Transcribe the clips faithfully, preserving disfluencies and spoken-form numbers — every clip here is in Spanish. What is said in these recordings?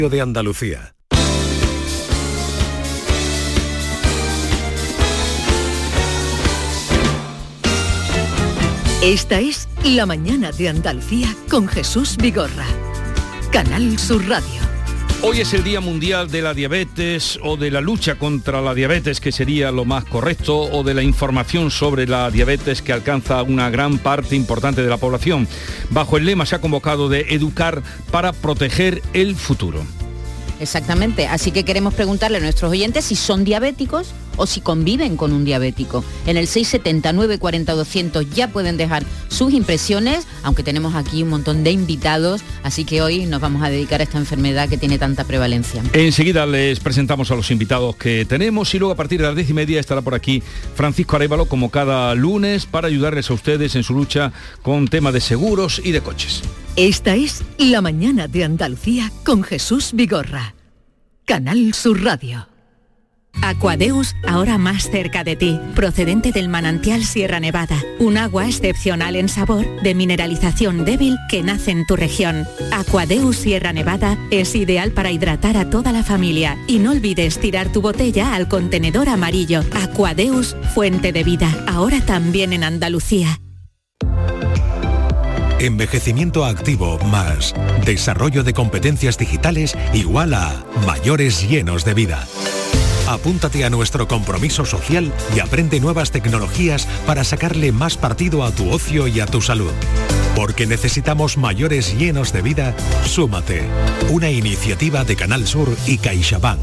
de Andalucía. Esta es La Mañana de Andalucía con Jesús Vigorra. Canal Sur Radio. Hoy es el Día Mundial de la Diabetes, o de la lucha contra la diabetes, que sería lo más correcto, o de la información sobre la diabetes, que alcanza una gran parte importante de la población. Bajo el lema se ha convocado de educar para proteger el futuro. Exactamente, así que queremos preguntarle a nuestros oyentes si son diabéticos o si conviven con un diabético. En el seis setenta, nueve cuarenta, doscientos ya pueden dejar sus impresiones, aunque tenemos aquí un montón de invitados, así que hoy nos vamos a dedicar a esta enfermedad que tiene tanta prevalencia. Enseguida les presentamos a los invitados que tenemos y luego a partir de las diez y media estará por aquí Francisco Arévalo, como cada lunes, para ayudarles a ustedes en su lucha con temas de seguros y de coches. Esta es La Mañana de Andalucía con Jesús Vigorra. Canal Sur Radio. Aquadeus, ahora más cerca de ti, procedente del manantial Sierra Nevada, un agua excepcional en sabor, de mineralización débil que nace en tu región. Aquadeus Sierra Nevada es ideal para hidratar a toda la familia y no olvides tirar tu botella al contenedor amarillo. Aquadeus, fuente de vida, ahora también en Andalucía. Envejecimiento activo más desarrollo de competencias digitales igual a mayores llenos de vida. Apúntate a nuestro compromiso social y aprende nuevas tecnologías para sacarle más partido a tu ocio y a tu salud. Porque necesitamos mayores llenos de vida, súmate. Una iniciativa de Canal Sur y CaixaBank.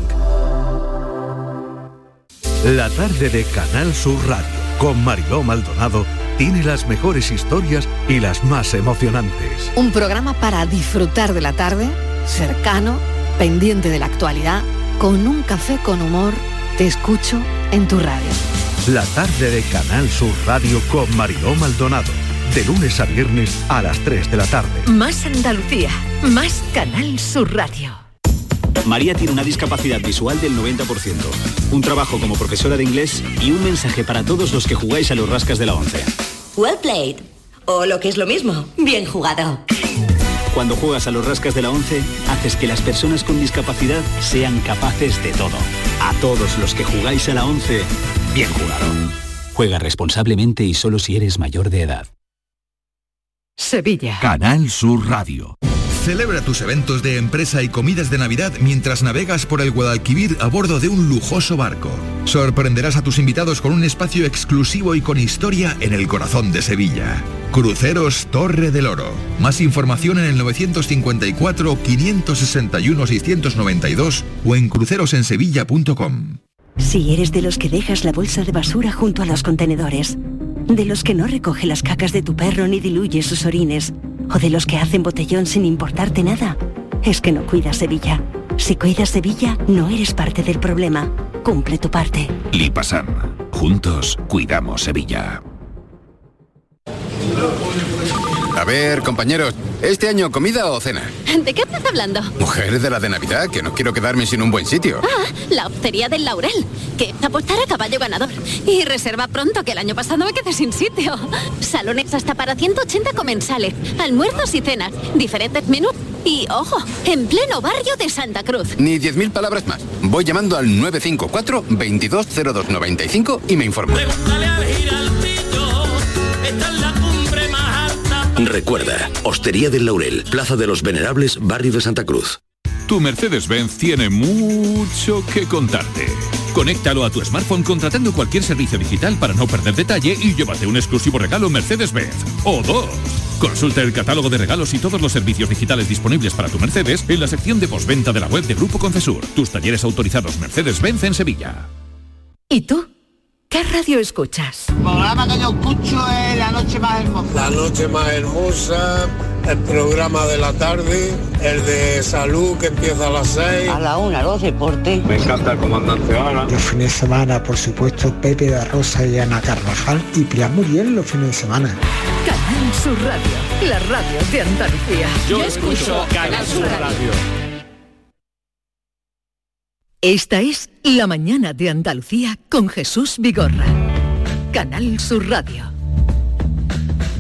La tarde de Canal Sur Radio con Mariló Maldonado tiene las mejores historias y las más emocionantes. Un programa para disfrutar de la tarde, cercano, pendiente de la actualidad, con un café con humor. Te escucho en tu radio. La tarde de Canal Sur Radio con Mariló Maldonado. De lunes a viernes a las tres de la tarde. Más Andalucía, más Canal Sur Radio. María tiene una discapacidad visual del noventa por ciento, un trabajo como profesora de inglés y un mensaje para todos los que jugáis a los rascas de la once. Well played. O lo que es lo mismo, bien jugado. Cuando juegas a los rascas de la once, haces que las personas con discapacidad sean capaces de todo. A todos los que jugáis a la once, bien jugado. Juega responsablemente y solo si eres mayor de edad. Sevilla. Canal Sur Radio. Celebra tus eventos de empresa y comidas de Navidad mientras navegas por el Guadalquivir a bordo de un lujoso barco. Sorprenderás a tus invitados con un espacio exclusivo y con historia en el corazón de Sevilla. Cruceros Torre del Oro. Más información en el novecientos cincuenta y cuatro, quinientos sesenta y uno, seiscientos noventa y dos o en crucerosensevilla punto com. Si eres de los que dejas la bolsa de basura junto a los contenedores, de los que no recoge las cacas de tu perro ni diluye sus orines, o de los que hacen botellón sin importarte nada, es que no cuidas Sevilla. Si cuidas Sevilla, no eres parte del problema. Cumple tu parte. Lipasam. Juntos cuidamos Sevilla. A ver, compañeros, ¿este año comida o cena? ¿De qué estás hablando? Mujer, de la de Navidad, que no quiero quedarme sin un buen sitio. Ah, la Hostería del Laurel, que apostar a caballo ganador. Y reserva pronto, que el año pasado me quedé sin sitio. Salones hasta para ciento ochenta comensales, almuerzos y cenas, diferentes menús. Y, ojo, en pleno barrio de Santa Cruz. Ni diez mil palabras más. Voy llamando al nueve cinco cuatro, veintidós cero dos noventa y cinco y me informo. Recuerda, Hostería del Laurel, Plaza de los Venerables, barrio de Santa Cruz. Tu Mercedes-Benz tiene mucho que contarte. Conéctalo a tu smartphone contratando cualquier servicio digital para no perder detalle y llévate un exclusivo regalo Mercedes-Benz. O dos. Consulta el catálogo de regalos y todos los servicios digitales disponibles para tu Mercedes en la sección de postventa de la web de Grupo Concesur. Tus talleres autorizados Mercedes-Benz en Sevilla. ¿Y tú? ¿Qué radio escuchas? El programa que yo escucho es La Noche Más Hermosa. La Noche Más Hermosa, el programa de la tarde, el de salud que empieza a las seis. A la una, los deportes. Me encanta el comandante Ana. Los fines de semana, por supuesto, Pepe da Rosa y Ana Carvajal y Pilar Muriel los fines de semana. Canal Sur Radio, la radio de Andalucía. Yo, Yo escucho Canal Sur Radio. Esta es La Mañana de Andalucía con Jesús Vigorra. Canal Sur Radio.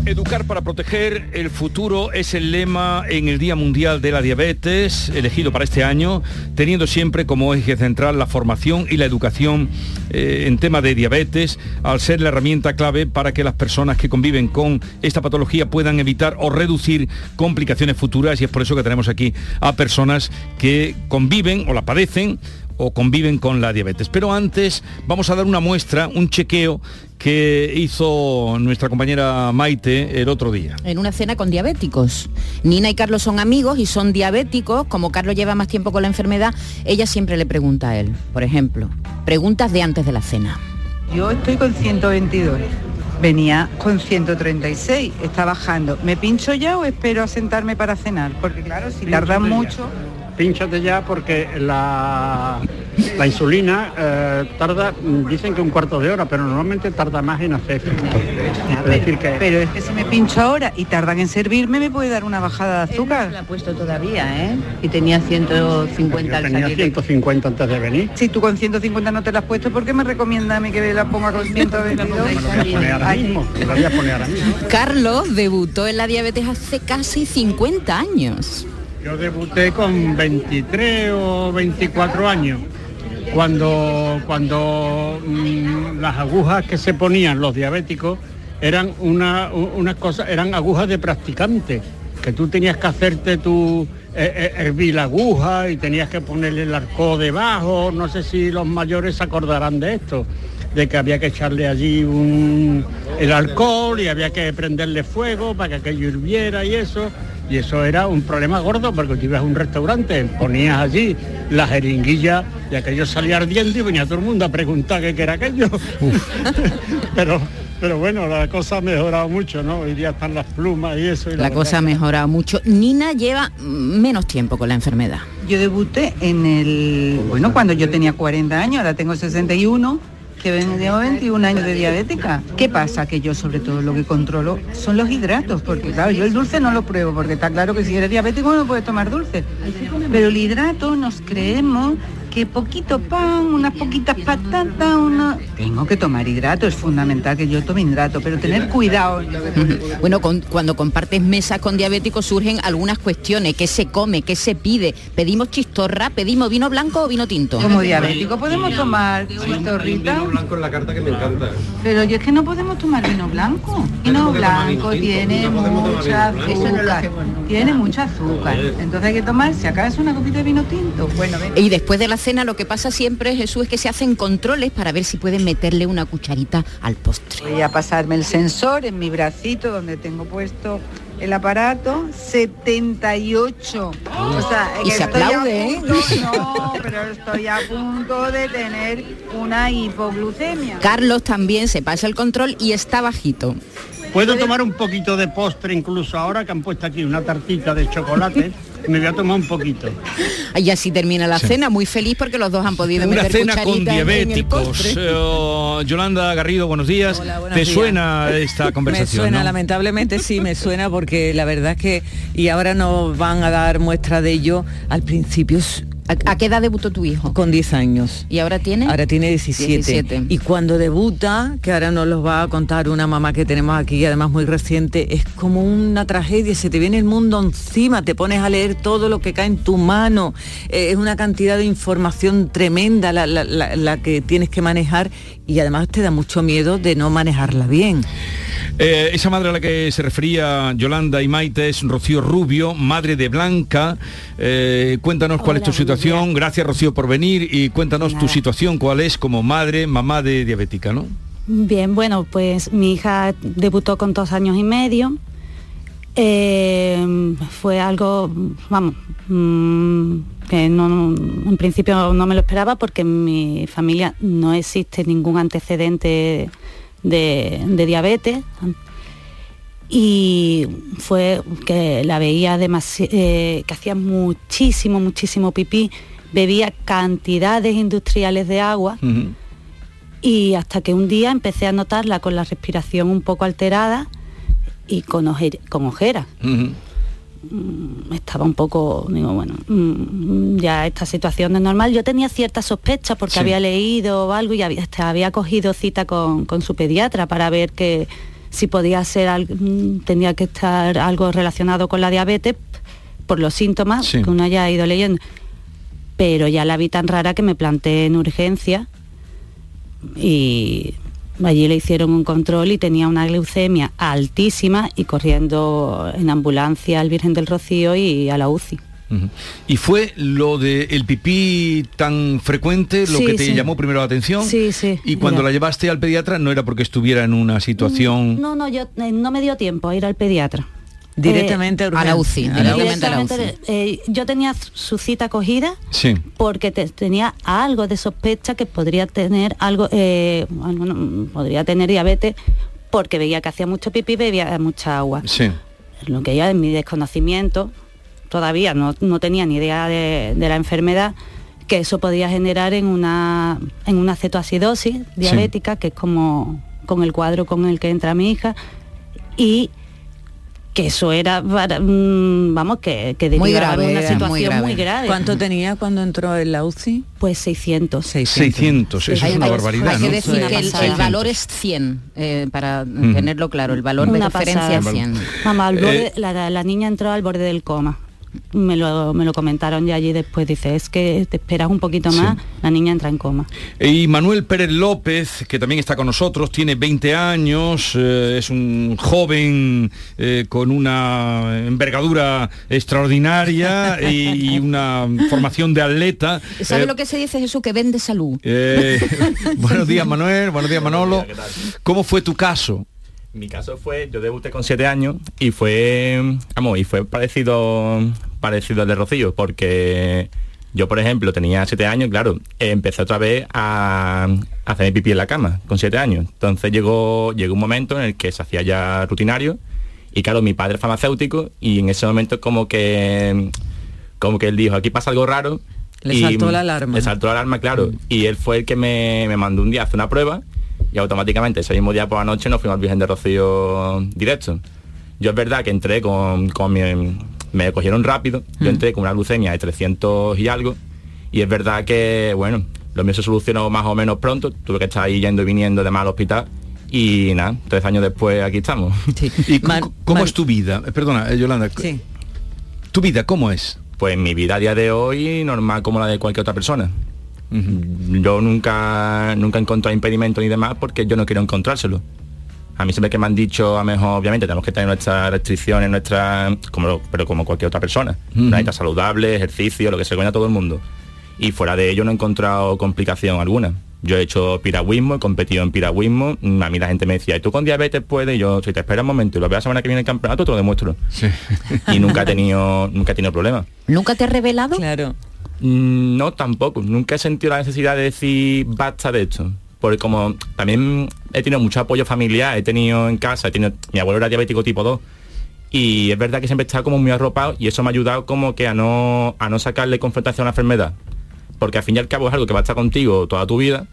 Educar para proteger el futuro es el lema en el Día Mundial de la Diabetes, elegido para este año, teniendo siempre como eje central la formación y la educación eh, en tema de diabetes, al ser la herramienta clave para que las personas que conviven con esta patología puedan evitar o reducir complicaciones futuras, y es por eso que tenemos aquí a personas que conviven o la padecen o conviven con la diabetes. Pero antes vamos a dar una muestra, un chequeo que hizo nuestra compañera Maite el otro día. En una cena con diabéticos. Nina y Carlos son amigos y son diabéticos. Como Carlos lleva más tiempo con la enfermedad, ella siempre le pregunta a él, por ejemplo, preguntas de antes de la cena. Yo estoy con ciento veintidós. Venía con ciento treinta y seis, está bajando. ¿Me pincho ya o espero a sentarme para cenar? Porque claro, si tarda mucho... Pínchate ya porque la, la insulina eh, tarda, dicen que un cuarto de hora, pero normalmente tarda más en hacer efecto. Es decir que... Pero es que si me pincho ahora y tardan en servirme, me puede dar una bajada de azúcar. Él no se la ha puesto todavía, ¿eh? Y tenía ciento cincuenta al tenía salir. ciento cincuenta antes de venir. Si tú con ciento cincuenta no te la has puesto, ¿por qué me recomienda a mí que la ponga con ciento veintidós? Me lo voy a poner ahora mismo, me lo voy a poner ahora mismo. Carlos debutó en la diabetes hace casi cincuenta años. Yo debuté con veintitrés o veinticuatro años, cuando, cuando mmm, las agujas que se ponían los diabéticos eran una, una cosa, eran agujas de practicante, que tú tenías que hacerte tu eh, hervir la aguja y tenías que ponerle el arco debajo. No sé si los mayores se acordarán de esto, de que había que echarle allí un, el alcohol y había que prenderle fuego para que aquello hirviera y eso. Y eso era un problema gordo, porque tú ibas a un restaurante, ponías allí la jeringuilla y aquello salía ardiendo y venía todo el mundo a preguntar qué era aquello. pero, pero bueno, la cosa ha mejorado mucho, ¿no? Hoy día están las plumas y eso. Y la, la cosa ha mejorado mucho. Nina lleva menos tiempo con la enfermedad. Yo debuté en el... Bueno, cuando yo tenía cuarenta años, ahora tengo sesenta y uno... que llevo veintiún años de diabética. ¿Qué pasa? Que yo sobre todo lo que controlo son los hidratos, porque claro, yo el dulce no lo pruebo, porque está claro que si eres diabético no puedes tomar dulce. Pero el hidrato nos creemos que poquito pan, unas poquitas patatas, una... Tengo que tomar hidrato, es fundamental que yo tome hidrato, pero tener cuidado. Bueno, con, cuando compartes mesas con diabéticos surgen algunas cuestiones. ¿Qué se come? ¿Qué se pide? ¿Pedimos chistorra? ¿Pedimos vino blanco o vino tinto? Como diabético podemos tomar chistorrita. Vino blanco en la carta que me encanta. Pero yo es que no podemos tomar vino blanco. Vino blanco tiene mucha azúcar. Tiene mucha azúcar. Entonces hay que tomar, si acaso, una copita de vino tinto. Bueno, ven. Y después de la cena lo que pasa siempre, Jesús, es que se hacen controles para ver si pueden meterle una cucharita al postre. Voy a pasarme el sensor en mi bracito donde tengo puesto el aparato, setenta y ocho. O sea, y se aplaude, ¿eh? No, pero estoy a punto de tener una hipoglucemia. Carlos también se pasa el control y está bajito. Puedo tomar un poquito de postre incluso ahora que han puesto aquí una tartita de chocolate. Me voy a tomar un poquito. Y así termina la sí. cena, muy feliz porque los dos han podido una meter cena con diabéticos. En el uh, Yolanda Garrido, buenos días. Hola, buenos ¿Te días. suena esta conversación? Me suena, ¿no? Lamentablemente sí, me suena porque la verdad es que, y ahora nos van a dar muestra de ello, al principio... ¿A, ¿A qué edad debutó tu hijo? Con diez años. ¿Y ahora tiene? Ahora tiene diecisiete. diecisiete. Y cuando debuta, que ahora nos los va a contar una mamá que tenemos aquí, además muy reciente, es como una tragedia, se te viene el mundo encima, te pones a leer todo lo que cae en tu mano, eh, es una cantidad de información tremenda la, la, la, la que tienes que manejar y además te da mucho miedo de no manejarla bien. Eh, esa madre a la que se refería Yolanda y Maite es Rocío Rubio, madre de Blanca. Eh, cuéntanos cuál Hola, es tu situación. Días. Gracias, Rocío, por venir y cuéntanos Nada. tu situación, cuál es como madre, mamá de diabética, ¿no? Bien, bueno, pues mi hija debutó con dos años y medio. Eh, fue algo, vamos, mmm, que no, en principio no me lo esperaba porque en mi familia no existe ningún antecedente de, de diabetes y fue que la veía demasi- eh, que hacía muchísimo, muchísimo pipí, bebía cantidades industriales de agua uh-huh. y hasta que un día empecé a notarla con la respiración un poco alterada y con, ojer- con ojeras. Uh-huh. Estaba un poco, digo, bueno, ya esta situación no es normal. Yo tenía cierta sospecha porque sí. había leído algo y había, hasta había cogido cita con, con su pediatra para ver que si podía ser algo, tenía que estar algo relacionado con la diabetes por los síntomas sí. que uno haya ido leyendo. Pero ya la vi tan rara que me planteé en urgencia y allí le hicieron un control y tenía una glucemia altísima y corriendo en ambulancia al Virgen del Rocío y a la U C I. Uh-huh. ¿Y fue lo del pipí tan frecuente lo sí, que te sí. llamó primero la atención? Sí, sí. Y cuando era. la llevaste al pediatra no era porque estuviera en una situación... No, no, yo eh, no me dio tiempo a ir al pediatra. Directamente eh, a la U C I. Directamente a la U C I. Eh, yo tenía su cita cogida sí. porque te, tenía algo de sospecha que podría tener algo, eh, bueno, podría tener diabetes porque veía que hacía mucho pipí y bebía mucha agua. Sí. Lo que ya en mi desconocimiento, todavía no, no tenía ni idea de, de la enfermedad, que eso podía generar en una, en una cetoacidosis diabética, sí. que es como con el cuadro con el que entra mi hija, y que eso era, vamos, que, que muy grave, una situación muy grave. muy grave. ¿Cuánto tenía cuando entró en la U C I? Pues seiscientos. seiscientos, eso es una barbaridad, Hay ¿no? que decir sí. que el, el valor es cien, eh, para mm. tenerlo claro, el valor una de referencia es cien. Mamá, al borde, eh, la, la niña entró al borde del coma. Me lo, me lo comentaron ya allí después, dice, es que te esperas un poquito más, sí. la niña entra en coma. Y Manuel Pérez López, que también está con nosotros, tiene veinte años, eh, es un joven eh, con una envergadura extraordinaria y, y una formación de atleta. ¿Sabe eh, lo que se dice, Jesús? Que vende salud. Eh, buenos días, Manuel, buenos días, Manolo. ¿Qué tal? ¿Cómo fue tu caso? Mi caso fue, yo debuté con siete años y fue, vamos, y fue parecido, parecido al de Rocío, porque yo, por ejemplo, tenía siete años, claro, empecé otra vez a, a hacer pipí en la cama con siete años. Entonces llegó, llegó un momento en el que se hacía ya rutinario y claro, mi padre es farmacéutico y en ese momento como que, como que él dijo, aquí pasa algo raro. Le y saltó la alarma. Le saltó la alarma, claro, y él fue el que me, me mandó un día a hacer una prueba. Y automáticamente ese mismo día por la noche nos fuimos al Virgen de Rocío directo. Yo es verdad que entré con, con mi, me cogieron rápido, yo entré con una glucemia de trescientos y algo, y es verdad que, bueno, lo mío se solucionó más o menos pronto, tuve que estar ahí yendo y viniendo de mal al hospital, y nada, tres años después aquí estamos. Sí. ¿Y Man, cómo Man. es tu vida? Perdona, Yolanda. Sí. ¿Tu vida cómo es? Pues mi vida a día de hoy normal como la de cualquier otra persona. Uh-huh. Yo nunca nunca he encontrado impedimento ni demás porque yo no quiero encontrárselo. A mí siempre que me han dicho, a lo mejor, obviamente, tenemos que tener nuestras restricciones, nuestras, como, pero como cualquier otra persona. Uh-huh. Una dieta saludable, ejercicio, lo que se cuenta a todo el mundo. Y fuera de ello no he encontrado complicación alguna. Yo he hecho piragüismo, he competido en piragüismo. A mí la gente me decía, ¿y tú con diabetes puedes? Y yo, si te esperas un momento y lo veo la semana que viene en el campeonato, te lo demuestro. Sí. Y nunca he tenido, nunca he tenido problemas. ¿Nunca te has revelado? Claro. No, tampoco. Nunca he sentido la necesidad de decir basta de esto. Porque como también he tenido mucho apoyo familiar, he tenido en casa, he tenido, mi abuelo era diabético tipo dos. Y es verdad que siempre he estado como muy arropado y eso me ha ayudado como que a no, a no sacarle confrontación a la enfermedad. Porque al fin y al cabo es algo que va a estar contigo toda tu vida.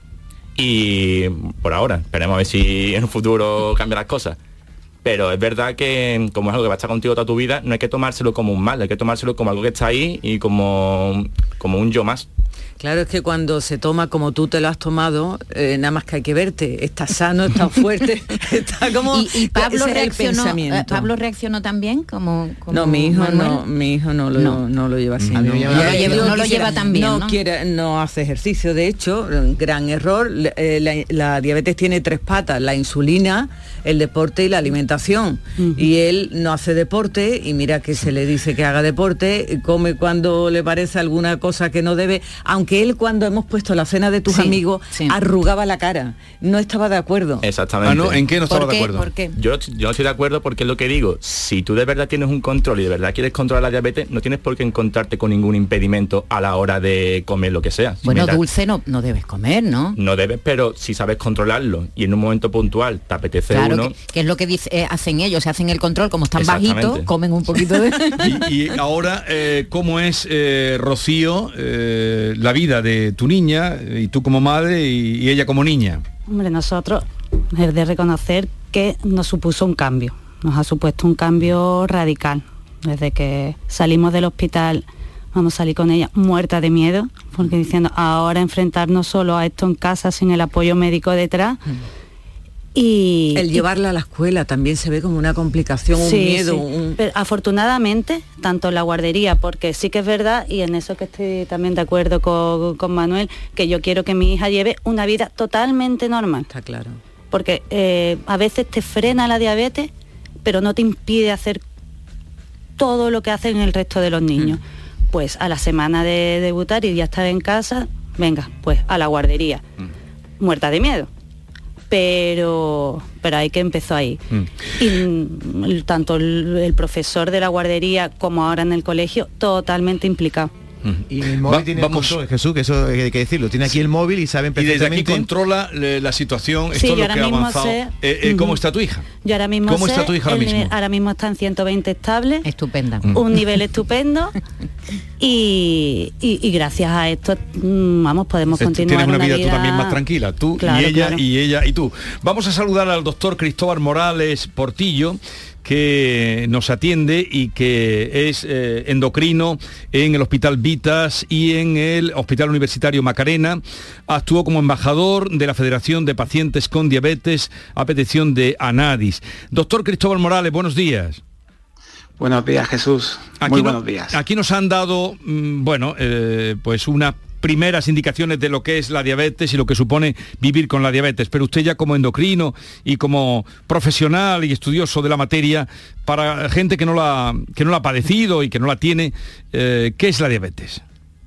Y por ahora, esperemos a ver si en un futuro cambian las cosas. Pero es verdad que como es algo que va a estar contigo toda tu vida, no hay que tomárselo como un mal, hay que tomárselo como algo que está ahí y como, como un yo más. Claro, es que cuando se toma como tú te lo has tomado, eh, nada más que hay que verte, estás sano, estás fuerte, está como... ¿Y, y Pablo, reaccionó, eh, Pablo reaccionó también? Como, como no, mi hijo Manuel? no, mi hijo no lo, no. No lo lleva así. No, no, no, no, lo, lleva, no lo lleva tan bien, ¿no? No, quiere, no hace ejercicio, de hecho, gran error, eh, la, la diabetes tiene tres patas, la insulina, el deporte y la alimentación. Uh-huh. Y él no hace deporte y mira que se le dice que haga deporte, come cuando le parece alguna cosa que no debe, aunque él cuando hemos puesto la cena de tus sí, amigos sí. arrugaba la cara, no estaba de acuerdo. Exactamente. Ah, ¿no? ¿En qué no estaba ¿Por qué? de acuerdo? ¿Por qué? Yo, yo no estoy de acuerdo porque es lo que digo, si tú de verdad tienes un control y de verdad quieres controlar la diabetes, no tienes por qué encontrarte con ningún impedimento a la hora de comer lo que sea. Si bueno, mientras, dulce no, no debes comer, ¿no? No debes, pero si sabes controlarlo y en un momento puntual te apetece claro, uno... Que, que es lo que dice, eh, hacen ellos, se hacen el control, como están bajitos, comen un poquito de... y, y ahora, eh, ¿cómo es, eh, Rocío, eh, la vida de tu niña, y tú como madre y, y ella como niña? Hombre, nosotros es de reconocer que nos supuso un cambio, nos ha supuesto un cambio radical. Desde que salimos del hospital, vamos a salir con ella muerta de miedo, porque diciendo ahora enfrentarnos solo a esto en casa sin el apoyo médico detrás, Y el llevarla a la escuela también se ve como una complicación, un sí, miedo. Sí. Un... Pero afortunadamente, tanto en la guardería, porque sí que es verdad, y en eso que estoy también de acuerdo con, con Manuel, que yo quiero que mi hija lleve una vida totalmente normal. Está claro. Porque eh, a veces te frena la diabetes, pero no te impide hacer todo lo que hacen el resto de los niños. Mm. Pues a la semana de debutar y ya estar en casa, venga, pues a la guardería. Mm. Muerta de miedo. Pero, pero hay que empezar ahí. Mm. Y tanto el, el profesor de la guardería como ahora en el colegio, totalmente implicado. Y el móvil Va, tiene vamos. el control, Jesús, que eso hay que decirlo. Tiene aquí sí. el móvil y saben perfectamente. Y desde aquí controla eh, la situación, sí, esto es lo que ha avanzado. Sé, eh, eh, ¿Cómo uh-huh. está tu hija? Yo ahora mismo ¿Cómo sé, está tu hija ahora mismo? Ahora mismo está en ciento veinte estable. Estupenda. Mm. Un nivel estupendo. y, y, y gracias a esto, vamos, podemos continuar. Tienes una, una vida, vida tú también más tranquila. Tú claro, y ella claro. y ella y tú. Vamos a saludar al doctor Cristóbal Morales Portillo, que nos atiende y que es eh, endocrino en el Hospital Vitas y en el Hospital Universitario Macarena. Actuó como embajador de la Federación de Pacientes con Diabetes a petición de ANADIS. Doctor Cristóbal Morales, buenos días. Buenos días, Jesús. Aquí Muy no, buenos días. Aquí nos han dado, mmm, bueno, eh, pues una primeras indicaciones de lo que es la diabetes y lo que supone vivir con la diabetes, pero usted ya como endocrino y como profesional y estudioso de la materia, para gente que no la, que no la ha padecido y que no la tiene, eh, ¿qué es la diabetes?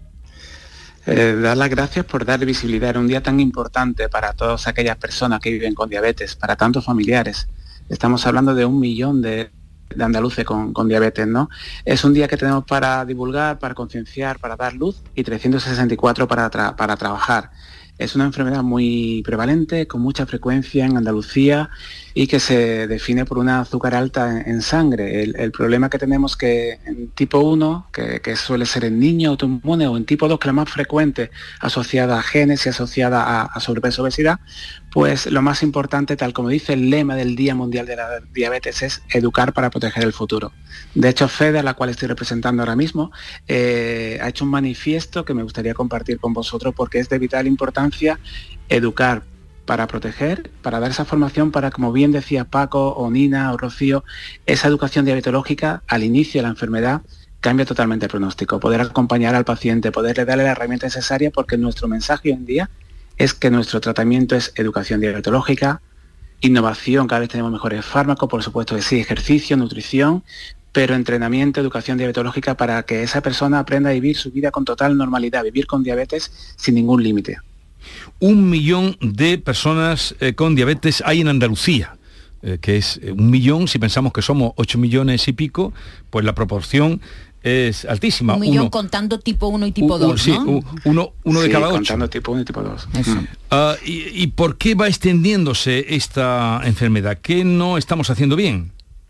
Eh, dar las gracias por darle visibilidad en un día tan importante para todas aquellas personas que viven con diabetes, para tantos familiares. Estamos hablando de un millón de de andaluces con, con diabetes, ¿no? Es un día que tenemos para divulgar, para concienciar, para dar luz y trescientos sesenta y cuatro para, tra- para trabajar. Es una enfermedad muy prevalente, con mucha frecuencia en Andalucía y que se define por una azúcar alta en, en sangre. El, el problema que tenemos que en tipo uno, que, que suele ser en niños autoinmunes, o en tipo dos, que es la más frecuente, asociada a genes y asociada a, a sobrepeso, obesidad, pues lo más importante, tal como dice el lema del Día Mundial de la Diabetes, es educar para proteger el futuro. De hecho, FEDE, a la cual estoy representando ahora mismo, eh, ha hecho un manifiesto que me gustaría compartir con vosotros porque es de vital importancia educar para proteger, para dar esa formación para, como bien decía Paco o Nina o Rocío, esa educación diabetológica al inicio de la enfermedad cambia totalmente el pronóstico. Poder acompañar al paciente, poderle darle la herramienta necesaria, porque nuestro mensaje hoy en día es que nuestro tratamiento es educación diabetológica, innovación, cada vez tenemos mejores fármacos, por supuesto que sí, ejercicio, nutrición, pero entrenamiento, educación diabetológica para que esa persona aprenda a vivir su vida con total normalidad, vivir con diabetes sin ningún límite. Un millón de personas eh, con diabetes hay en Andalucía, eh, que es un millón, si pensamos que somos ocho millones y pico, pues la proporción es altísima. Un millón uno, contando tipo uno y tipo dos, sí, ¿no? uno, uno de sí, cada ocho. contando tipo uno y tipo dos. Uh, y, ¿Y por qué va extendiéndose esta enfermedad? ¿Qué no estamos haciendo bien?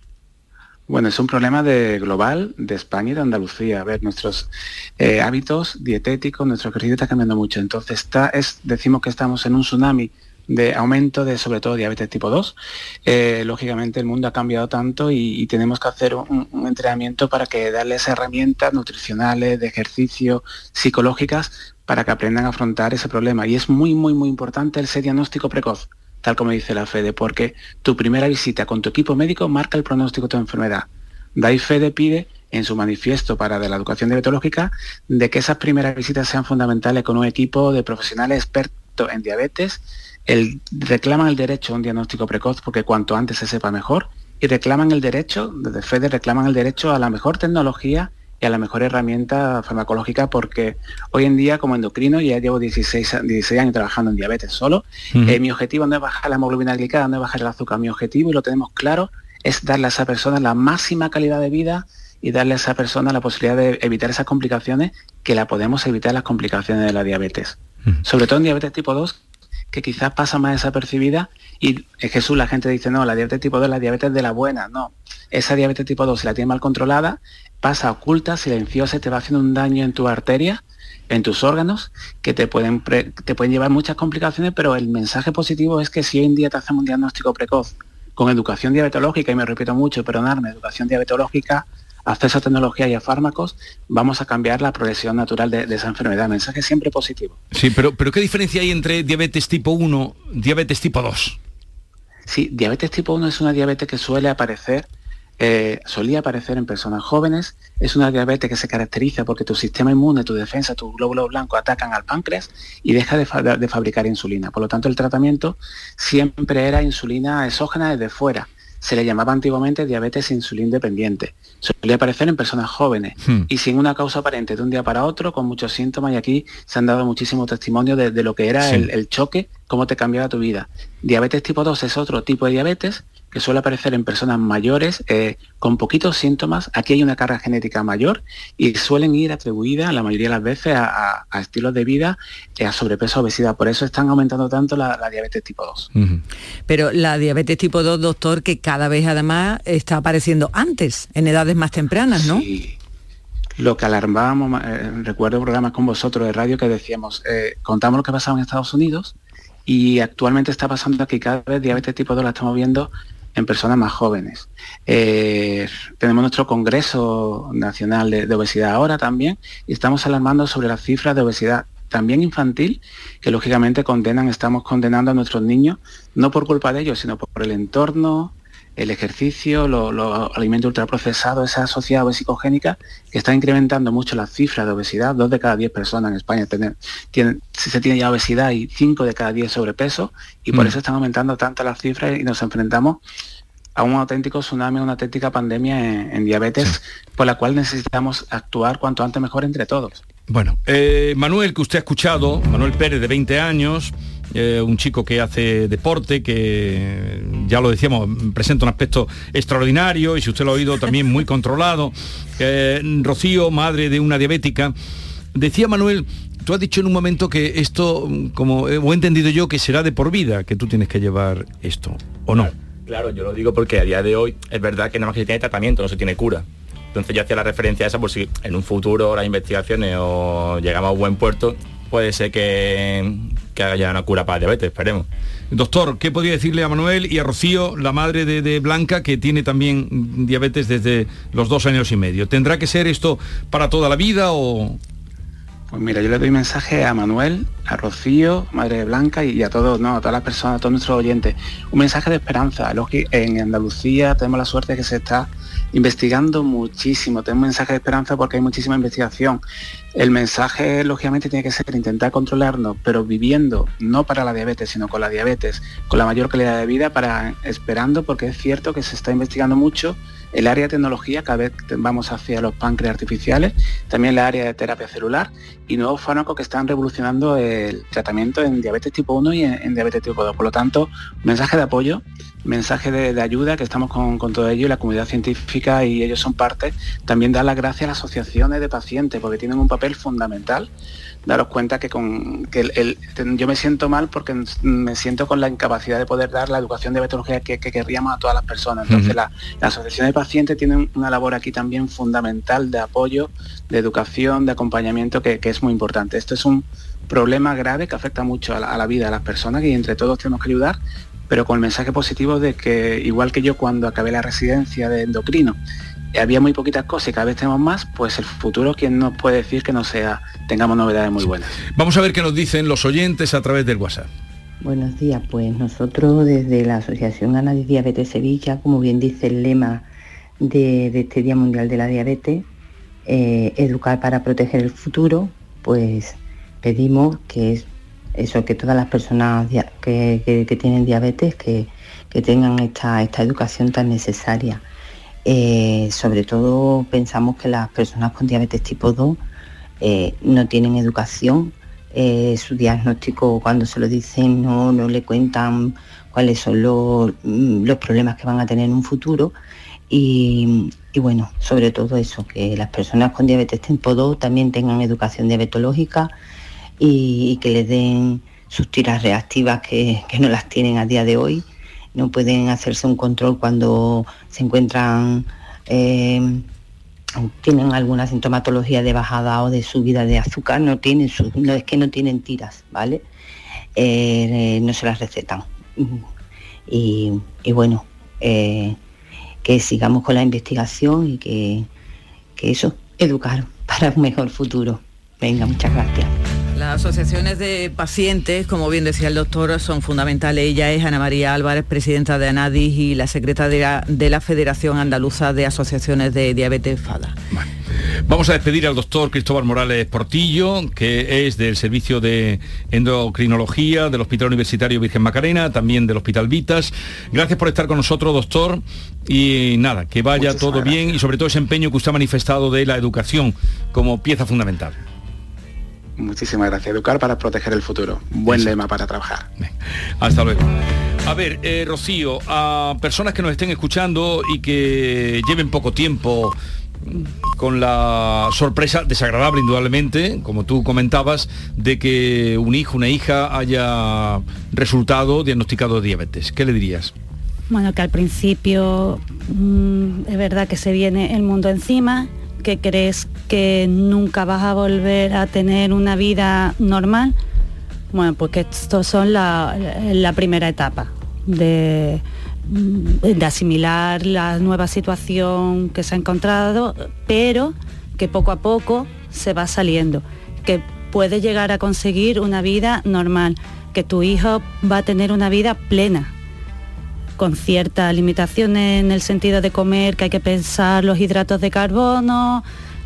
Bueno, es un problema de global, de España y de Andalucía. A ver, nuestros eh, hábitos dietéticos, nuestro ejercicio está cambiando mucho. Entonces, está, es, decimos que estamos en un tsunami de aumento de, sobre todo, diabetes tipo dos. Eh, lógicamente, el mundo ha cambiado tanto y, y tenemos que hacer un, un entrenamiento para que darles herramientas nutricionales, de ejercicio, psicológicas, para que aprendan a afrontar ese problema. Y es muy, muy, muy importante ese diagnóstico precoz, tal como dice la FEDE, porque tu primera visita con tu equipo médico marca el pronóstico de tu enfermedad. De ahí FEDE pide en su manifiesto para de la educación diabetológica de que esas primeras visitas sean fundamentales con un equipo de profesionales expertos en diabetes. El, reclaman el derecho a un diagnóstico precoz porque cuanto antes se sepa mejor, y reclaman el derecho, desde FEDE reclaman el derecho a la mejor tecnología y a la mejor herramienta farmacológica, porque hoy en día como endocrino ya llevo dieciséis, dieciséis años trabajando en diabetes solo. Uh-huh. Eh, mi objetivo no es bajar la hemoglobina glicada, no es bajar el azúcar. Mi objetivo, y lo tenemos claro, es darle a esa persona la máxima calidad de vida y darle a esa persona la posibilidad de evitar esas complicaciones, que la podemos evitar las complicaciones de la diabetes. Uh-huh. Sobre todo en diabetes tipo dos, que quizás pasa más desapercibida, y en Jesús la gente dice, no, la diabetes tipo dos es la diabetes de la buena. No, esa diabetes tipo dos, si la tiene mal controlada, pasa oculta, silenciosa, te va haciendo un daño en tu arteria, en tus órganos, que te pueden, pre, te pueden llevar muchas complicaciones, pero el mensaje positivo es que si hoy en día te hacemos un diagnóstico precoz con educación diabetológica, y me repito mucho, perdonadme, educación diabetológica, acceso a tecnología y a fármacos, vamos a cambiar la progresión natural de, de esa enfermedad. Mensaje siempre positivo. Sí, pero, pero ¿qué diferencia hay entre diabetes tipo uno y diabetes tipo dos? Sí, diabetes tipo uno es una diabetes que suele aparecer, eh, solía aparecer en personas jóvenes. Es una diabetes que se caracteriza porque tu sistema inmune, tu defensa, tus glóbulos blancos atacan al páncreas y deja de, fa- de fabricar insulina. Por lo tanto, el tratamiento siempre era insulina exógena desde fuera. Se le llamaba antiguamente diabetes insulín dependiente. Solía aparecer en personas jóvenes hmm. y sin una causa aparente de un día para otro, con muchos síntomas, y aquí se han dado muchísimos testimonios de, de lo que era sí. el, el choque, cómo te cambiaba tu vida. Diabetes tipo dos es otro tipo de diabetes que suele aparecer en personas mayores eh, con poquitos síntomas. Aquí hay una carga genética mayor y suelen ir atribuidas la mayoría de las veces a, a, a estilos de vida, eh, a sobrepeso, obesidad. Por eso están aumentando tanto la, la diabetes tipo dos. Uh-huh. Pero la diabetes tipo dos, doctor, que cada vez además está apareciendo antes, en edades más tempranas, ¿no? Sí. Lo que alarmábamos, eh, recuerdo programas con vosotros de radio que decíamos, eh, contamos lo que pasaba en Estados Unidos y actualmente está pasando aquí. Cada vez diabetes tipo dos la estamos viendo en personas más jóvenes. Eh, tenemos nuestro Congreso Nacional de, de Obesidad ahora también y estamos alarmando sobre las cifras de obesidad también infantil, que lógicamente condenan, estamos condenando a nuestros niños, no por culpa de ellos, sino por, por el entorno, el ejercicio, los lo alimentos ultraprocesados, esa sociedad obesicogénica que está incrementando mucho las cifras de obesidad. Dos de cada diez personas en España tienen, tienen, se tiene ya obesidad y cinco de cada diez sobrepeso, y por mm. eso están aumentando tanto las cifras y nos enfrentamos a un auténtico tsunami, una auténtica pandemia en, en diabetes, sí. por la cual necesitamos actuar cuanto antes mejor entre todos. Bueno, eh, Manuel, que usted ha escuchado, Manuel Pérez, de veinte años, Eh, un chico que hace deporte, que ya lo decíamos, presenta un aspecto extraordinario y, si usted lo ha oído, también muy controlado. Eh, Rocío, madre de una diabética. Decía Manuel, tú has dicho en un momento que esto, como he entendido yo, que será de por vida, que tú tienes que llevar esto, ¿o no? Claro, yo lo digo porque a día de hoy es verdad que nada más que se tiene tratamiento, no se tiene cura. Entonces yo hacía la referencia a esa por si en un futuro las investigaciones o llegamos a buen puerto, puede ser que, que haya una cura para la diabetes, esperemos. Doctor, ¿qué podría decirle a Manuel y a Rocío, la madre de, de Blanca, que tiene también diabetes desde los dos años y medio? ¿Tendrá que ser esto para toda la vida o...? Pues mira, yo le doy mensaje a Manuel, a Rocío, madre de Blanca, y a todos, no, a todas las personas, a todos nuestros oyentes. Un mensaje de esperanza. En Andalucía tenemos la suerte de que se está investigando muchísimo. Tenemos un mensaje de esperanza porque hay muchísima investigación. El mensaje, lógicamente, tiene que ser intentar controlarnos, pero viviendo, no para la diabetes, sino con la diabetes, con la mayor calidad de vida, para esperando, porque es cierto que se está investigando mucho el área de tecnología, cada vez vamos hacia los páncreas artificiales, también la área de terapia celular y nuevos fármacos que están revolucionando el tratamiento en diabetes tipo uno y en, en diabetes tipo dos. Por lo tanto, mensaje de apoyo, mensaje de, de ayuda, que estamos con, con todo ello, y la comunidad científica, y ellos son parte. También dar las gracias a las asociaciones de pacientes, porque tienen un papel fundamental. Daros cuenta que, con, que el, el, yo me siento mal porque me siento con la incapacidad de poder dar la educación de diabetología que, que querríamos a todas las personas. Entonces, uh-huh. la, la asociación de pacientes tiene una labor aquí también fundamental de apoyo, de educación, de acompañamiento, que, que es muy importante. Esto es un problema grave que afecta mucho a la, a la vida de las personas, y entre todos tenemos que ayudar, pero con el mensaje positivo de que, igual que yo cuando acabé la residencia de endocrino, había muy poquitas cosas y cada vez tenemos más, pues el futuro, ¿quién nos puede decir que no sea, tengamos novedades muy buenas? Vamos a ver qué nos dicen los oyentes a través del WhatsApp. Buenos días, pues nosotros desde la Asociación Ana de Diabetes Sevilla, como bien dice el lema de, de este Día Mundial de la Diabetes, eh, educar para proteger el futuro, pues pedimos que es eso, que todas las personas que, que, que tienen diabetes, que, que tengan esta, esta educación tan necesaria. Eh, sobre todo pensamos que las personas con diabetes tipo dos eh, no tienen educación, eh, su diagnóstico cuando se lo dicen no, no le cuentan cuáles son los, los problemas que van a tener en un futuro, y, y bueno, sobre todo eso, que las personas con diabetes tipo dos también tengan educación diabetológica y, y que les den sus tiras reactivas que, que no las tienen a día de hoy. No pueden hacerse un control cuando se encuentran, eh, tienen alguna sintomatología de bajada o de subida de azúcar, no tienen su, no es que no tienen tiras, ¿vale? Eh, no se las recetan. Y, y bueno, eh, que sigamos con la investigación y que, que eso, educar para un mejor futuro. Venga, muchas gracias. Las asociaciones de pacientes, como bien decía el doctor, son fundamentales. Ella es Ana María Álvarez, presidenta de ANADIS y la secretaria de la Federación Andaluza de Asociaciones de Diabetes FADA. Vale. Vamos a despedir al doctor Cristóbal Morales Portillo, que es del Servicio de Endocrinología del Hospital Universitario Virgen Macarena, también del Hospital Vitas. Gracias por estar con nosotros, doctor, y nada, que vaya Muchísimas todo gracias. bien, y sobre todo ese empeño que usted ha manifestado de la educación como pieza fundamental. Muchísimas gracias. Educar para proteger el futuro. Buen Eso. lema para trabajar. Hasta luego. A ver, eh, Rocío, a personas que nos estén escuchando y que lleven poco tiempo con la sorpresa desagradable, indudablemente, como tú comentabas, de que un hijo, una hija haya resultado diagnosticado de diabetes. ¿Qué le dirías? Bueno, que al principio mmm, es verdad que se viene el mundo encima, que crees que nunca vas a volver a tener una vida normal. Bueno, pues que esto son la, la primera etapa de, de asimilar la nueva situación que se ha encontrado, pero que poco a poco se va saliendo, que puedes llegar a conseguir una vida normal, que tu hijo va a tener una vida plena, con ciertas limitaciones en el sentido de comer, que hay que pensar los hidratos de carbono,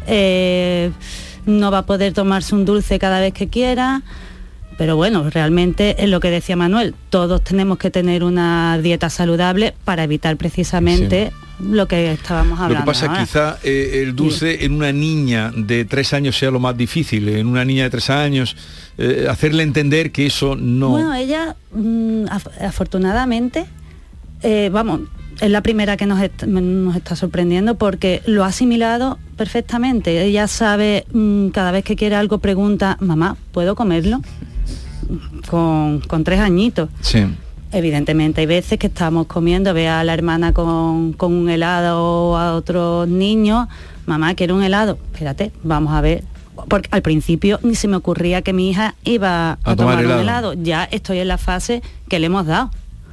eh, no va a poder tomarse un dulce cada vez que quiera. Pero bueno, realmente es lo que decía Manuel, todos tenemos que tener una dieta saludable para evitar precisamente sí. lo que estábamos hablando. Lo que pasa es ahora. quizá eh, el dulce sí. en una niña de tres años sea lo más difícil, en una niña de tres años, eh, hacerle entender que eso no... Bueno, ella, mmm, af afortunadamente, eh, vamos, es la primera que nos, est nos está sorprendiendo porque lo ha asimilado perfectamente. Ella sabe, mmm, cada vez que quiere algo pregunta, mamá, ¿puedo comerlo? Con, con tres añitos. Sí. Evidentemente hay veces que estamos comiendo, ve a la hermana con, con un helado o a otros niños, mamá, quiero un helado, espérate, vamos a ver, porque al principio ni se me ocurría que mi hija iba a, a tomar, tomar helado. un helado, ya estoy en la fase que le hemos dado,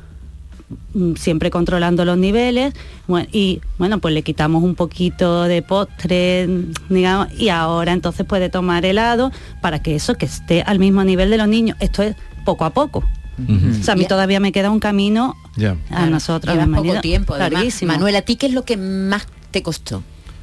siempre controlando los niveles, bueno, y bueno, pues le quitamos un poquito de postre, digamos, y ahora entonces puede tomar helado para que eso, que esté al mismo nivel de los niños. Esto es poco a poco. Uh-huh. O sea, a mí yeah. todavía me queda un camino yeah. a claro. nosotros. Lleva poco tiempo, además. Manuel, ¿a ti qué es lo que más te costó?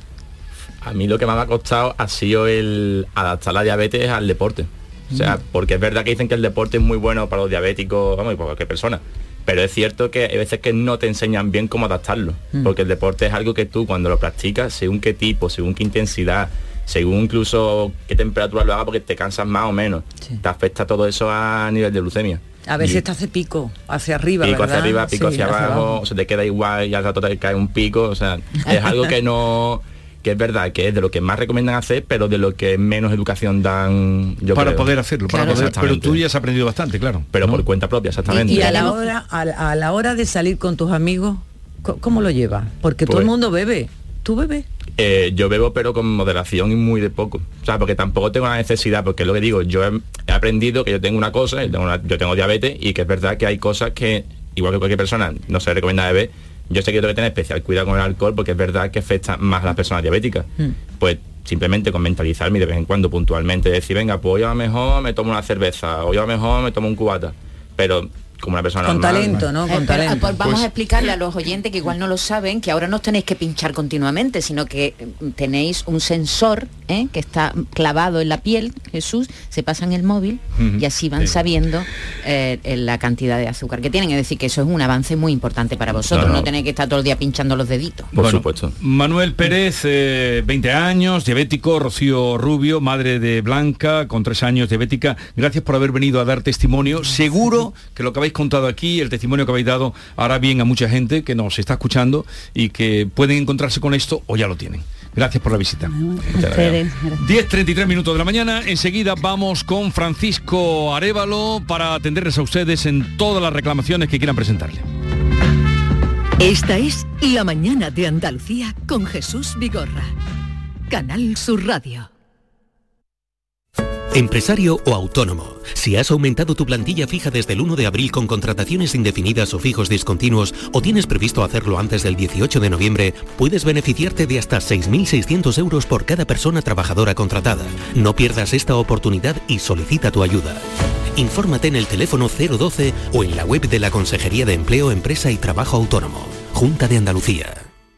A mí lo que más me ha costado ha sido el adaptar la diabetes al deporte. O sea, porque es verdad que dicen que el deporte es muy bueno para los diabéticos, vamos, y para cualquier persona. Pero es cierto que hay veces que no te enseñan bien cómo adaptarlo, mm. porque el deporte es algo que tú cuando lo practicas, según qué tipo, según qué intensidad, según incluso qué temperatura lo haga, porque te cansas más o menos, sí. te afecta todo eso a nivel de glucemia. A veces y, te hace pico hacia arriba, pico ¿verdad? hacia arriba, pico sí, hacia, hacia abajo, abajo, o se te queda igual y al rato te cae un pico, o sea, es algo que no... que es verdad que es de lo que más recomiendan hacer, pero de lo que menos educación dan, yo para creo. poder hacerlo, para claro. poder, pero tú ya has aprendido bastante, claro. Pero ¿no? por cuenta propia, exactamente. Y, y a la hora, a, a la hora de salir con tus amigos, ¿cómo lo llevas? Porque pues, todo el mundo bebe. ¿Tú bebes? Eh, yo bebo, pero con moderación y muy de poco. O sea, porque tampoco tengo la necesidad, porque es lo que digo, yo he, he aprendido que yo tengo una cosa, yo tengo, una, yo tengo diabetes, y que es verdad que hay cosas que, igual que cualquier persona, no se recomienda beber. Yo sé que tengo que tener especial cuidado con el alcohol porque es verdad que afecta más a las personas diabéticas. Mm. Pues simplemente con mentalizarme de vez en cuando puntualmente decir, venga, pues hoy a lo mejor me tomo una cerveza, hoy a lo mejor me tomo un cubata. Pero como una persona con normal, talento, ¿no? Con eh, talento. Pero, vamos pues, a explicarle a los oyentes que igual no lo saben, que ahora no os tenéis que pinchar continuamente, sino que tenéis un sensor ¿eh? que está clavado en la piel, Jesús, se pasan el móvil uh-huh. y así van sí. sabiendo eh, la cantidad de azúcar que tienen. Es decir, que eso es un avance muy importante para vosotros, no, no. no tenéis que estar todo el día pinchando los deditos. Por bueno, supuesto. Manuel Pérez, eh, veinte años, diabético, Rocío Rubio, madre de Blanca, con tres años, diabética. Gracias por haber venido a dar testimonio. Seguro que lo que habéis contado aquí, el testimonio que habéis dado, hará bien a mucha gente que nos está escuchando y que pueden encontrarse con esto o ya lo tienen. Gracias por la visita. diez treinta y tres minutos de la mañana. Enseguida vamos con Francisco Arévalo para atenderles a ustedes en todas las reclamaciones que quieran presentarle. Esta es La Mañana de Andalucía con Jesús Vigorra. Canal Sur Radio. Empresario o autónomo, si has aumentado tu plantilla fija desde el uno de abril con contrataciones indefinidas o fijos discontinuos o tienes previsto hacerlo antes del dieciocho de noviembre, puedes beneficiarte de hasta seis mil seiscientos euros por cada persona trabajadora contratada. No pierdas esta oportunidad y solicita tu ayuda. Infórmate en el teléfono cero doce o en la web de la Consejería de Empleo, Empresa y Trabajo Autónomo. Junta de Andalucía.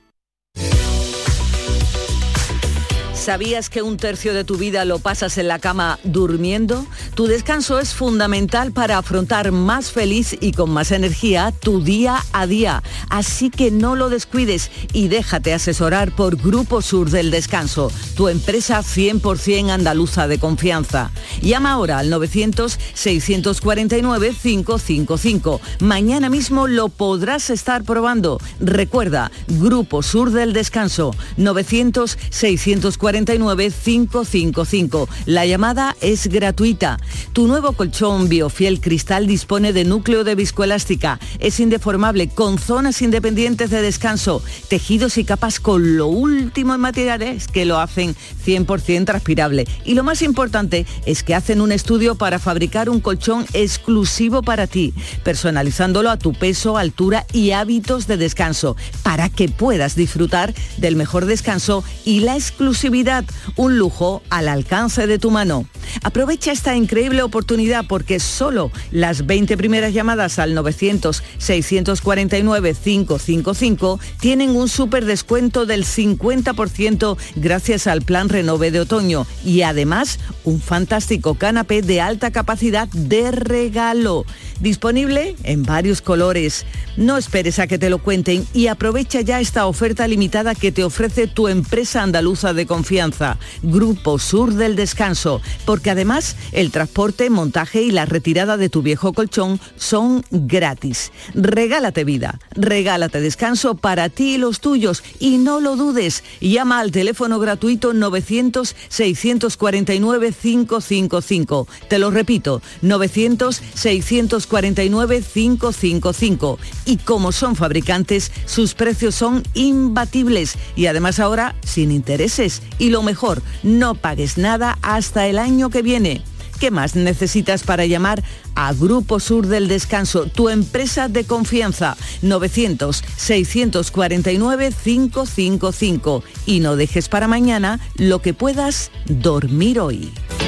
¿Sabías que un tercio de tu vida lo pasas en la cama durmiendo? Tu descanso es fundamental para afrontar más feliz y con más energía tu día a día. Así que no lo descuides y déjate asesorar por Grupo Sur del Descanso, tu empresa cien por ciento andaluza de confianza. Llama ahora al novecientos, seiscientos cuarenta y nueve, quinientos cincuenta y cinco. Mañana mismo lo podrás estar probando. Recuerda, Grupo Sur del Descanso, novecientos, seiscientos cuarenta y nueve, quinientos cincuenta y cinco. La llamada es gratuita. Tu nuevo colchón Biofiel Cristal dispone de núcleo de viscoelástica. Es indeformable, con zonas independientes de descanso, tejidos y capas con lo último en materiales que lo hacen cien por ciento transpirable. Y lo más importante es que hacen un estudio para fabricar un colchón exclusivo para ti, personalizándolo a tu peso, altura y hábitos de descanso, para que puedas disfrutar del mejor descanso y la exclusividad, un lujo al alcance de tu mano. Aprovecha esta increíble oportunidad porque solo las veinte primeras llamadas al novecientos, seiscientos cuarenta y nueve, quinientos cincuenta y cinco tienen un súper descuento del cincuenta por ciento gracias al plan Renove de otoño y además un fantástico canapé de alta capacidad de regalo. Disponible en varios colores. No esperes a que te lo cuenten y aprovecha ya esta oferta limitada que te ofrece tu empresa andaluza de confianza, Grupo Sur del Descanso, porque además el transporte, montaje y la retirada de tu viejo colchón son gratis. Regálate vida, regálate descanso para ti y los tuyos y no lo dudes. Llama al teléfono gratuito novecientos, seiscientos cuarenta y nueve, quinientos cincuenta y cinco. Te lo repito, novecientos, seiscientos cuarenta y nueve, quinientos cincuenta y cinco. Y como son fabricantes, sus precios son imbatibles y además ahora sin intereses. Y lo mejor, no pagues nada hasta el año que viene. ¿Qué más necesitas para llamar a Grupo Sur del Descanso, tu empresa de confianza? novecientos, seiscientos cuarenta y nueve, quinientos cincuenta y cinco. Y no dejes para mañana lo que puedas dormir hoy.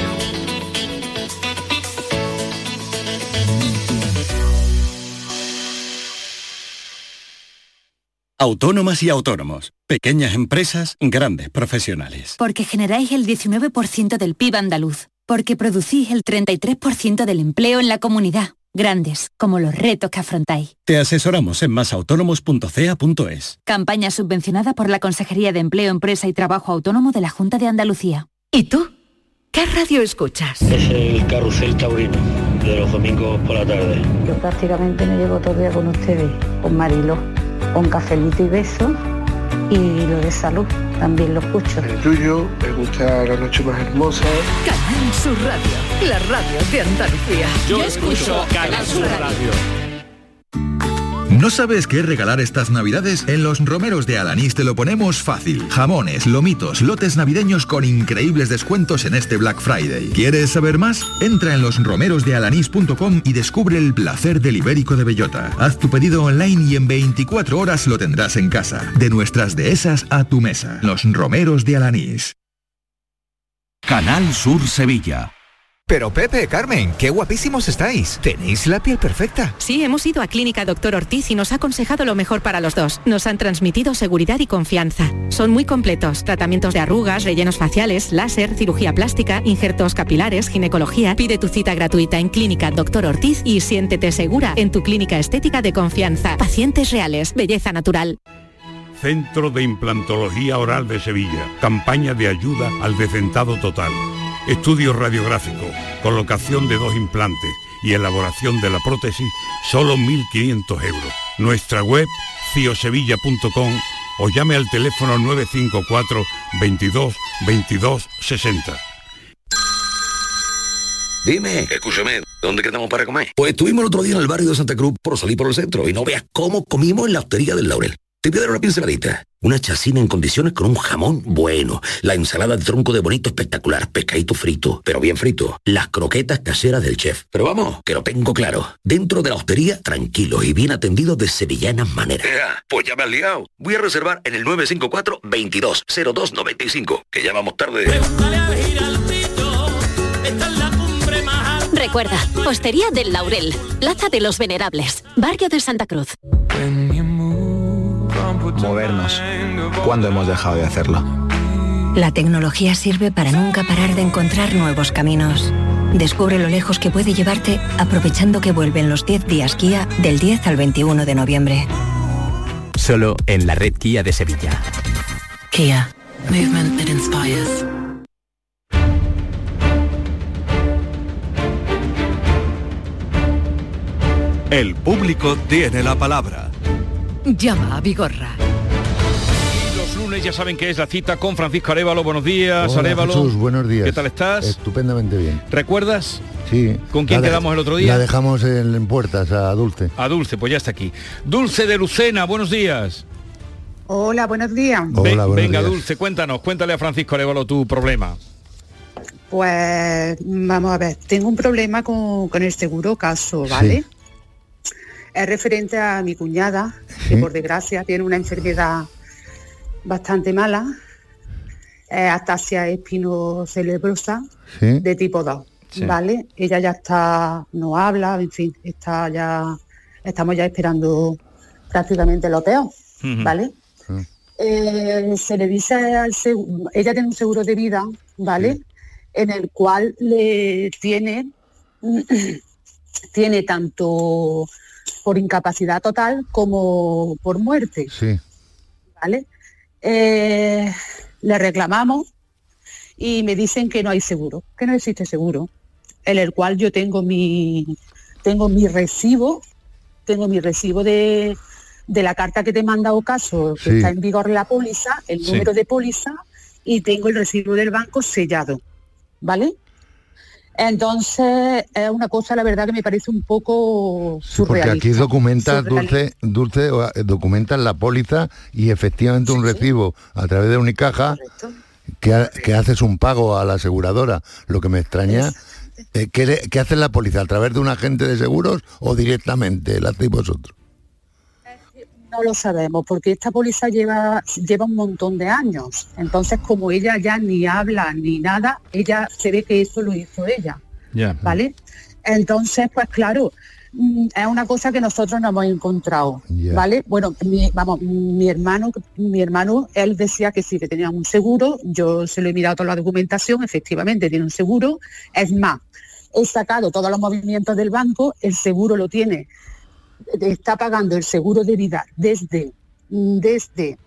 Autónomas y autónomos, pequeñas empresas, grandes profesionales. Porque generáis el diecinueve por ciento del P I B andaluz. Porque producís el treinta y tres por ciento del empleo en la comunidad. Grandes, como los retos que afrontáis. Te asesoramos en más autónomos punto c a punto e s. Campaña subvencionada por la Consejería de Empleo, Empresa y Trabajo Autónomo de la Junta de Andalucía. ¿Y tú? ¿Qué radio escuchas? Es el Carrusel Taurino, de los domingos por la tarde. Yo prácticamente me llevo todo el día con ustedes, con Mariló, con cafelito y beso, y lo de salud también lo escucho. El tuyo, me gusta La Noche Más Hermosa. Canal Sur Radio, la radio de Andalucía. Yo escucho Canal Sur Radio. ¿No sabes qué regalar estas navidades? En los romeros de Alanís te lo ponemos fácil. Jamones, lomitos, lotes navideños con increíbles descuentos en este Black Friday. ¿Quieres saber más? Entra en los romeros de alanís punto com y descubre el placer del ibérico de bellota. Haz tu pedido online y en veinticuatro horas lo tendrás en casa. De nuestras dehesas a tu mesa. Los romeros de Alanís. Canal Sur Sevilla. Pero Pepe, Carmen, qué guapísimos estáis. Tenéis la piel perfecta. Sí, hemos ido a Clínica Doctor Ortiz y nos ha aconsejado lo mejor para los dos. Nos han transmitido seguridad y confianza. Son muy completos. Tratamientos de arrugas, rellenos faciales, láser, cirugía plástica, injertos capilares, ginecología. Pide tu cita gratuita en Clínica Doctor Ortiz y siéntete segura en tu clínica estética de confianza. Pacientes reales, belleza natural. Centro de Implantología Oral de Sevilla. Campaña de ayuda al decentado total. Estudio radiográfico, colocación de dos implantes y elaboración de la prótesis, solo mil quinientos euros. Nuestra web, ciosevilla punto com o llame al teléfono nueve cinco cuatro, veintidós, veintidós, sesenta. Dime, escúchame, ¿dónde quedamos para comer? Pues estuvimos el otro día en el barrio de Santa Cruz por salir por el centro y no veas cómo comimos en la hostería del Laurel. Te voy a dar una pinceladita. Una chacina en condiciones con un jamón bueno. La ensalada de tronco de bonito espectacular. Pescadito frito, pero bien frito. Las croquetas caseras del chef. Pero vamos, que lo tengo claro. Dentro de la hostería, tranquilo y bien atendido de sevillanas maneras. Ea, pues ya me has liado. Voy a reservar en el nueve cinco cuatro, veintidós, cero dos noventa y cinco. Que ya vamos tarde. Recuerda, Hostería del Laurel, Plaza de los Venerables, Barrio de Santa Cruz. Movernos. ¿Cuándo hemos dejado de hacerlo? La tecnología sirve para nunca parar de encontrar nuevos caminos. Descubre lo lejos que puede llevarte aprovechando que vuelven los diez días Kia del diez al veintiuno de noviembre. Solo en la red Kia de Sevilla. Kia. Movement that inspires. El público tiene la palabra. Llama a Vigorra. Y los lunes ya saben que es la cita con Francisco Arévalo. Buenos días, Hola, Arévalo. Jesús, buenos días. ¿Qué tal estás? Estupendamente bien. ¿Recuerdas? Sí. ¿Con quién La de- quedamos el otro día? La dejamos en, en puertas a Dulce. A Dulce, pues ya está aquí. Dulce de Lucena, buenos días. Hola, buenos días. Hola, Ven- buenos venga, días. Dulce, cuéntanos, cuéntale a Francisco Arévalo tu problema. Pues vamos a ver, tengo un problema con, con el seguro caso, ¿vale? Sí. Es referente a mi cuñada, que Sí. por desgracia tiene una enfermedad bastante mala, eh, ataxia espinocerebrosa Sí. de tipo dos, Sí. ¿vale? Ella ya está, no habla, en fin, está ya, estamos ya esperando prácticamente lo peor, Ujú. ¿vale? Eh, se le dice al seguro, ella tiene un seguro de vida, ¿vale? En el cual le tiene, tiene tanto por incapacidad total como por muerte, Sí. ¿vale? Eh, le reclamamos y me dicen que no hay seguro, que no existe seguro, en el cual yo tengo mi, tengo mi recibo, tengo mi recibo de, de la carta que te manda Ocaso, que Sí. está en vigor la póliza, el Sí. número de póliza, y tengo el recibo del banco sellado, ¿vale? Entonces es una cosa, la verdad, que me parece un poco Sí, porque surrealista. aquí documenta Surrealista. Dulce, Dulce o, eh, documentan la póliza y efectivamente un recibo a través de Unicaja que, ha- que haces un pago a la aseguradora. Lo que me extraña, eh, ¿qué, le- qué hace la póliza? ¿A través de un agente de seguros o directamente la hacéis vosotros? No lo sabemos, porque esta póliza lleva, lleva un montón de años. Entonces, como ella ya ni habla ni nada, ella se ve que eso lo hizo ella, Ya. ¿vale? Entonces, pues claro, mm, es una cosa que nosotros no hemos encontrado, Ya. ¿vale? Bueno, mi, vamos, mi hermano, mi hermano, él decía que sí, que tenía un seguro. Yo se lo he mirado toda la documentación, efectivamente tiene un seguro. Es más, he sacado todos los movimientos del banco, el seguro lo tiene, está pagando el seguro de vida desde, desde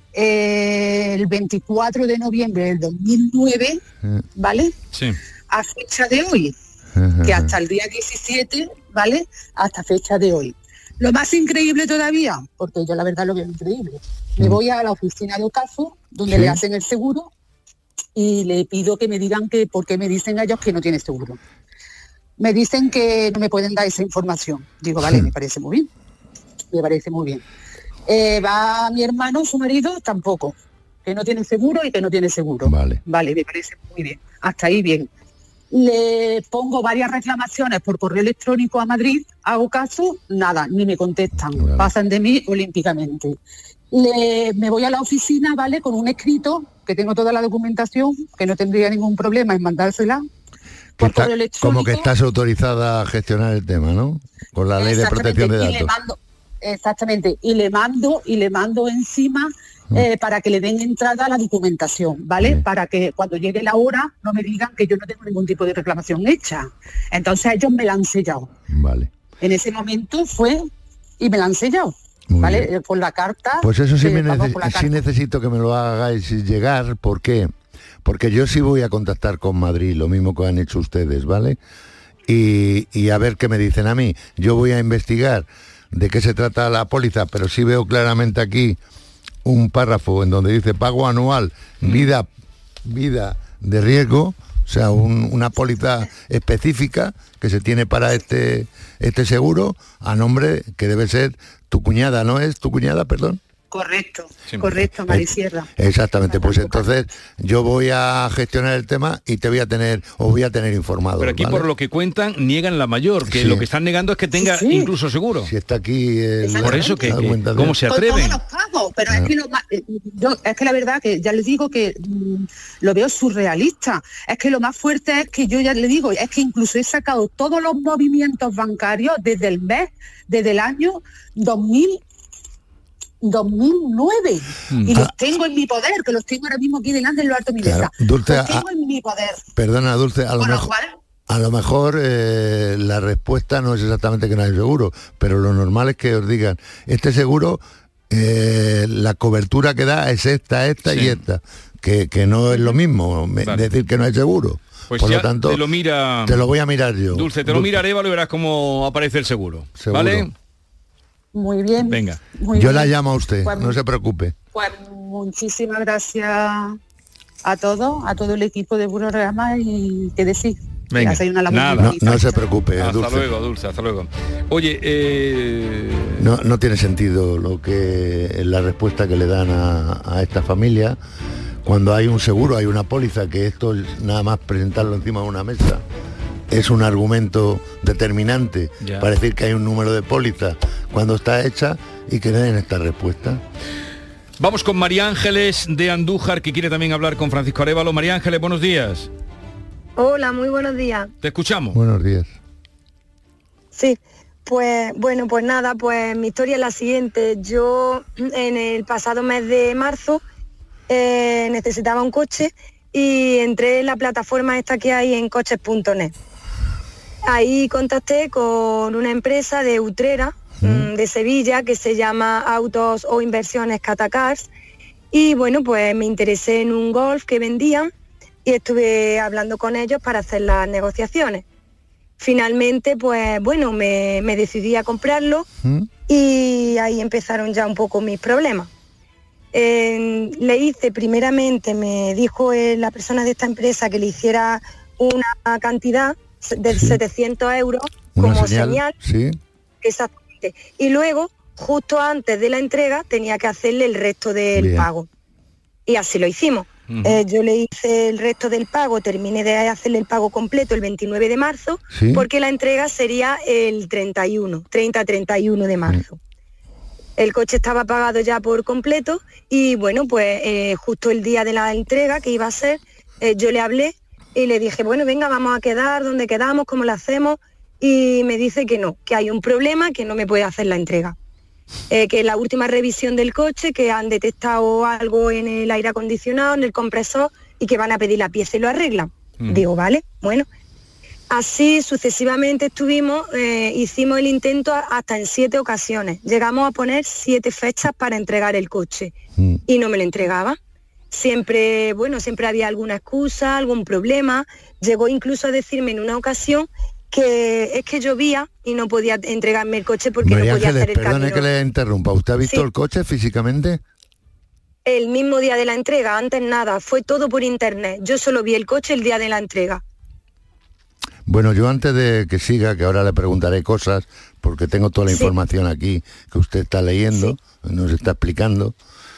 eh, el veinticuatro de noviembre del dos mil nueve, ¿vale? Sí. A fecha de hoy, que hasta el día diecisiete, ¿vale? Hasta fecha de hoy. Lo más increíble todavía, porque yo la verdad lo veo increíble, me voy a la oficina de Ocaso, donde Sí. le hacen el seguro, y le pido que me digan que por qué me dicen ellos que no tiene seguro. Me dicen que no me pueden dar esa información. Digo, vale, me parece muy bien. Me parece muy bien. Eh, va mi hermano, su marido, tampoco. Que no tiene seguro y que no tiene seguro. Vale. Vale, me parece muy bien. Hasta ahí bien. Le pongo varias reclamaciones por correo electrónico a Madrid, hago caso, nada, ni me contestan. Vale. Pasan de mí olímpicamente. Le, me voy a la oficina, ¿vale? Con un escrito, que tengo toda la documentación, que no tendría ningún problema en mandársela. Que Por está- correo electrónico. como que estás autorizada a gestionar el tema, ¿no? Con la ley de protección de Y le datos. mando, exactamente, y le mando, y le mando encima eh, para que le den entrada a la documentación, ¿vale? Para que cuando llegue la hora no me digan que yo no tengo ningún tipo de reclamación hecha. Entonces ellos me la han sellado. Vale. En ese momento fue y me la han sellado, Muy ¿vale? bien. Eh, Por la carta. Pues eso sí, eh, me vamos, nece- por la sí carta. necesito que me lo hagáis llegar. ¿Por qué? Porque yo sí voy a contactar con Madrid, lo mismo que han hecho ustedes, ¿vale? Y, y a ver qué me dicen a mí. Yo voy a investigar de qué se trata la póliza, pero sí veo claramente aquí un párrafo en donde dice pago anual, vida, vida de riesgo, o sea, un- una póliza específica que se tiene para este, este seguro a nombre que debe ser tu cuñada, ¿no es tu cuñada, perdón? Correcto, Sí. correcto, Marisierra. Exactamente, pues entonces yo voy a gestionar el tema y te voy a tener, os voy a tener informado. Pero aquí, ¿vale? por lo que cuentan, niegan la mayor, que Sí. lo que están negando es que tenga Sí, sí. incluso seguro. Si está aquí... el- Por eso, que, ¿te das que- cuenta de- ¿cómo se Con atreven? todos los pagos, pero es que lo más, eh, yo, es que la verdad que ya les digo que mm, lo veo surrealista. Es que lo más fuerte es que yo ya le digo, es que incluso he sacado todos los movimientos bancarios desde el mes, desde el año dos mil dos mil nueve Mm. y los Ah. tengo en mi poder, que los tengo ahora mismo aquí delante en lo alto de mi Claro, mesa. Dulce, los tengo ah, en mi poder. Perdona, Dulce, a lo Con lo mejor... cual, A lo mejor eh, la respuesta no es exactamente que no hay seguro, pero lo normal es que os digan, este seguro, eh, la cobertura que da es esta, esta y Sí. esta, que, que no es lo mismo me- Vale. decir que no hay seguro. Pues Por ya lo tanto, te lo mira... te lo voy a mirar yo. Dulce, te lo mira Arévalo y verás cómo aparece el seguro. Seguro. ¿Vale? muy bien. Venga. Muy Yo bien. la llamo a usted, Pues- no se preocupe. Pues muchísimas gracias a todos, a todo el equipo de programa y que decir. Venga, que hacéis una labor nada. muy No, bonita. no se preocupe, Hasta Dulce. luego, Dulce, hasta luego. Oye, eh... No, no tiene sentido lo que la respuesta que le dan a, a esta familia cuando hay un seguro, hay una póliza, que esto es nada más presentarlo encima de una mesa es un argumento determinante Ya. para decir que hay un número de póliza cuando está hecha y que den esta respuesta. Vamos con María Ángeles de Andújar, que quiere también hablar con Francisco Arévalo. María Ángeles, buenos días. Hola, muy buenos días. Te escuchamos. Buenos días. Sí, pues bueno, pues nada, pues mi historia es la siguiente. Yo en el pasado mes de marzo eh, necesitaba un coche y entré en la plataforma esta que hay en coches punto net. Ahí contacté con una empresa de Utrera, mm, de Sevilla, que se llama Autos o Inversiones Catacars, y bueno, pues me interesé en un Golf que vendían y estuve hablando con ellos para hacer las negociaciones. Finalmente, pues bueno, me, me decidí a comprarlo y ahí empezaron ya un poco mis problemas. Eh, le hice primeramente, me dijo eh, la persona de esta empresa que le hiciera una cantidad de Sí. setecientos euros Una como señal, señal. sí. Exactamente. Y luego, justo antes de la entrega, tenía que hacerle el resto del Bien. pago. Y así lo hicimos. Ujú. Eh, yo le hice el resto del pago, terminé de hacerle el pago completo el veintinueve de marzo, Sí. porque la entrega sería el treinta y uno, treinta treinta y uno de marzo. El coche estaba pagado ya por completo y bueno, pues eh, justo el día de la entrega que iba a ser, eh, yo le hablé y le dije, bueno, venga, vamos a quedar, ¿dónde quedamos? ¿Cómo lo hacemos? Y me dice que no, que hay un problema, que no me puede hacer la entrega. Eh, que la última revisión del coche, que han detectado algo en el aire acondicionado, en el compresor, y que van a pedir la pieza y lo arreglan. Mm. Digo, vale, bueno. Así sucesivamente estuvimos, eh, hicimos el intento a- hasta en siete ocasiones. Llegamos a poner siete fechas para entregar el coche y no me lo entregaba. Siempre, bueno, siempre había alguna excusa, algún problema. Llegó incluso a decirme en una ocasión que es que llovía y no podía entregarme el coche porque María no podía Ángeles, hacer el perdone camino. que le interrumpa. ¿Usted ha visto Sí. el coche físicamente? El mismo día de la entrega, antes nada, fue todo por internet. Yo solo vi el coche el día de la entrega. Bueno, yo antes de que siga, que ahora le preguntaré cosas, porque tengo toda la Sí. información aquí que usted está leyendo, nos está explicando.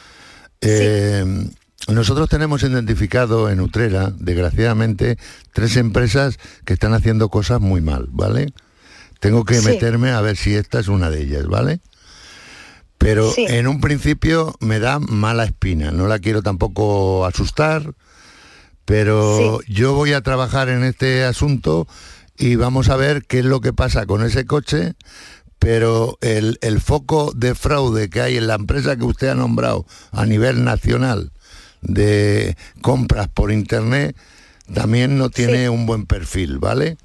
Eh, nosotros tenemos identificado en Utrera, desgraciadamente, tres empresas que están haciendo cosas muy mal, ¿vale? Tengo que Sí. meterme a ver si esta es una de ellas, ¿vale? Pero Sí. en un principio me da mala espina, no la quiero tampoco asustar, pero yo voy a trabajar en este asunto y vamos a ver qué es lo que pasa con ese coche, pero el, el foco de fraude que hay en la empresa que usted ha nombrado a nivel nacional de compras por internet también no tiene un buen perfil, ¿vale?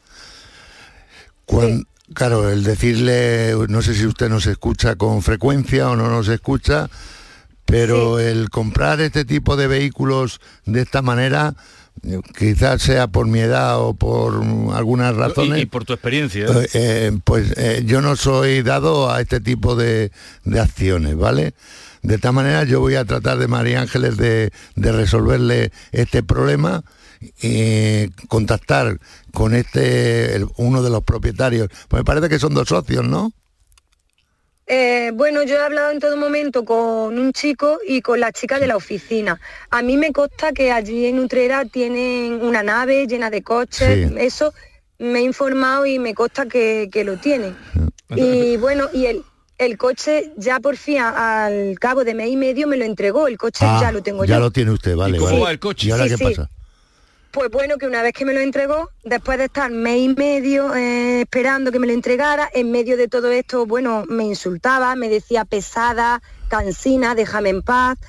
Cuan- Claro, el decirle, no sé si usted nos escucha con frecuencia o no nos escucha, pero el comprar este tipo de vehículos de esta manera, quizás sea por mi edad o por algunas razones, Y, y por tu experiencia. eh, eh, pues eh, yo no soy dado a este tipo de, de acciones, ¿vale? De esta manera yo voy a tratar de María Ángeles de, de resolverle este problema y contactar con este el- uno de los propietarios. Pues me parece que son dos socios, ¿no? Eh, bueno, yo he hablado en todo momento con un chico y con la chica de la oficina. A mí me consta que allí en Utrera tienen una nave llena de coches, sí. Eso me he informado y me consta que, que lo tienen. Y bueno, y el, el coche ya por fin al cabo de mes y medio me lo entregó, el coche ah, ya lo tengo ya yo. Ya lo tiene usted, vale. ¿Y cómo vale. va el coche? ¿Y ahora sí, qué sí. pasa? Pues bueno, que una vez que me lo entregó, después de estar mes y medio eh, esperando que me lo entregara, en medio de todo esto, bueno, me insultaba, me decía pesada, cansina, déjame en paz,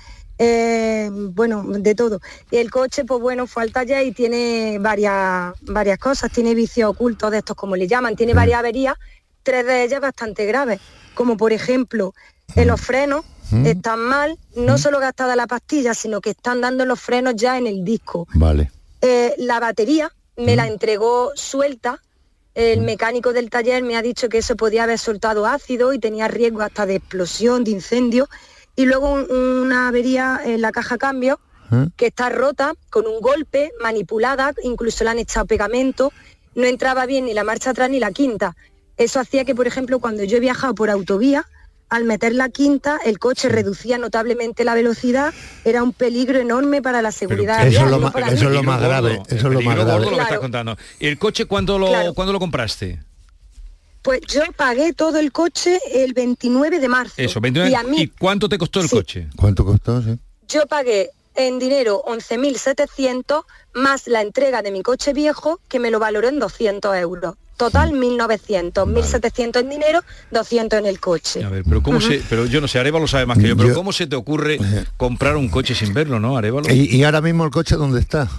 eh, bueno, de todo. Y el coche, pues bueno, fue al taller y tiene varias, varias cosas, tiene vicios ocultos de estos, como le llaman, tiene varias averías, tres de ellas bastante graves, como por ejemplo, en los frenos están mal, no solo gastada la pastilla, sino que están dando los frenos ya en el disco. Vale. Eh, la batería me la entregó suelta, el mecánico del taller me ha dicho que eso podía haber soltado ácido y tenía riesgo hasta de explosión, de incendio, y luego un, una avería en la caja cambio que está rota, con un golpe, manipulada, incluso le han echado pegamento, no entraba bien ni la marcha atrás ni la quinta. Eso hacía que, por ejemplo, cuando yo he viajado por autovía, al meter la quinta, el coche reducía notablemente la velocidad, era un peligro enorme para la seguridad. Eso, es lo, no ma- eso es lo más grave, gordo, eso es lo más grave. Lo que claro. estás contando. ¿Y el coche cuándo lo, claro. ¿cuándo lo compraste? Pues yo pagué todo el coche el veintinueve de marzo. Eso, veintinueve. Y, a mí, ¿Y cuánto te costó el sí. coche? ¿Cuánto costó? Sí. Yo pagué en dinero once mil setecientos más la entrega de mi coche viejo, que me lo valoró en doscientos euros. Total mil novecientos, vale. mil setecientos en dinero, doscientos en el coche. A ver, pero cómo uh-huh. se, pero yo no sé, Arévalo sabe más que yo, pero yo, ¿cómo se te ocurre comprar un coche sin verlo, no, Arévalo? ¿Y, y ahora mismo el coche dónde está?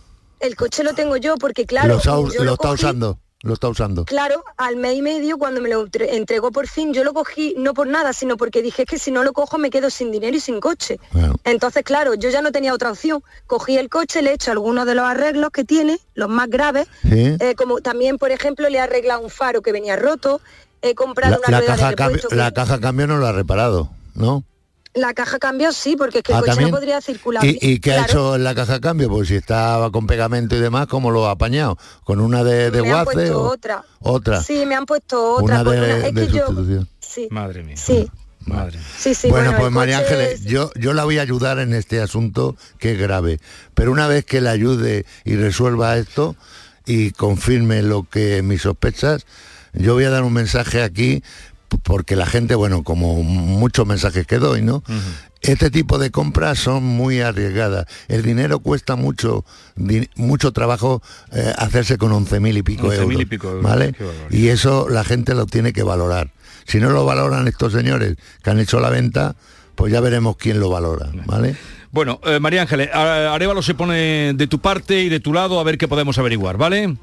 El coche lo tengo yo porque claro, lo, está, yo lo, lo está cogí, usando. Lo está usando. Claro, al mes y medio, cuando me lo entregó por fin, yo lo cogí no por nada, sino porque dije, es que si no lo cojo me quedo sin dinero y sin coche. Bueno. Entonces, claro, yo ya no tenía otra opción. Cogí el coche, le he hecho algunos de los arreglos que tiene, los más graves, ¿sí? eh, como también, por ejemplo, le he arreglado un faro que venía roto, he comprado la, una la rueda caja de repuesto. Que... La caja cambio, cambio no lo ha reparado, ¿no? La caja cambio sí, porque es que el ah, coche ¿también? No podría circular. ¿Y, y qué claro. ha hecho en la caja cambio? Pues si estaba con pegamento y demás, ¿cómo lo ha apañado? ¿Con una de, de me guace? Han puesto o... otra. ¿Otra? Sí, me han puesto otra. Una de, una... Es de que sustitución. Yo... Sí. Madre mía. Sí. Madre. Sí, sí, bueno, bueno, pues María Ángeles, es... yo, yo la voy a ayudar en este asunto que es grave. Pero una vez que la ayude y resuelva esto y confirme lo que mis sospechas, yo voy a dar un mensaje aquí, porque la gente, bueno, como muchos mensajes que doy, ¿no? Uh-huh. Este tipo de compras son muy arriesgadas. El dinero cuesta mucho, di, mucho trabajo eh, hacerse con once mil y pico euros, y pico euros, ¿vale? Y eso la gente lo tiene que valorar. Si no lo valoran estos señores que han hecho la venta, pues ya veremos quién lo valora, ¿vale? Bueno, eh, María Ángeles, Arévalo se pone de tu parte y de tu lado a ver qué podemos averiguar, ¿vale?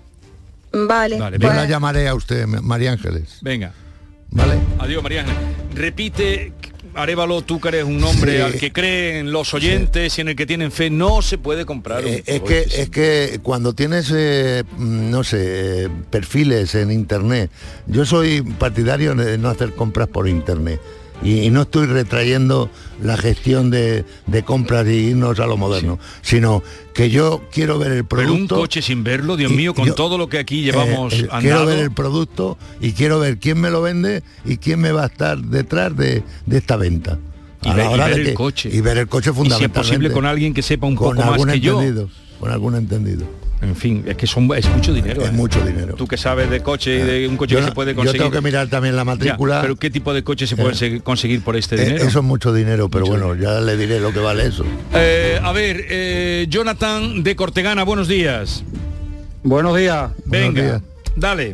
Vale. vale yo pues... la llamaré a usted, María Ángeles. Venga. Vale. Adiós, María Ángeles. Repite, Arévalo, tú que eres un hombre sí. al que creen los oyentes sí. y en el que tienen fe, no se puede comprar un eh, es que sin... es que cuando tienes eh, no sé eh, perfiles en internet, yo soy partidario de no hacer compras por internet y, y no estoy retrayendo la gestión de, de compras y irnos a lo moderno, sí. sino que yo quiero ver el producto. Pero un coche sin verlo, Dios mío, con yo, todo lo que aquí llevamos eh, eh, andado. Quiero ver el producto y quiero ver quién me lo vende y quién me va a estar detrás de, de esta venta. Y, ver, y ver el que, coche. Y ver el coche fundamentalmente. Y si es posible con alguien que sepa un con poco más que yo. Con algún entendido. En fin, es que son, es mucho dinero. Es ¿eh? mucho dinero. Tú que sabes de coche y de un coche yo que no, se puede conseguir. Yo tengo que mirar también la matrícula. Ya, pero ¿qué tipo de coche se puede eh, conseguir por este dinero? Eso es mucho dinero, pero mucho bueno, dinero. Ya le diré lo que vale eso. Eh, a ver, eh, Jonathan de Cortegana, buenos días. Buenos días. Venga, buenos días. Dale.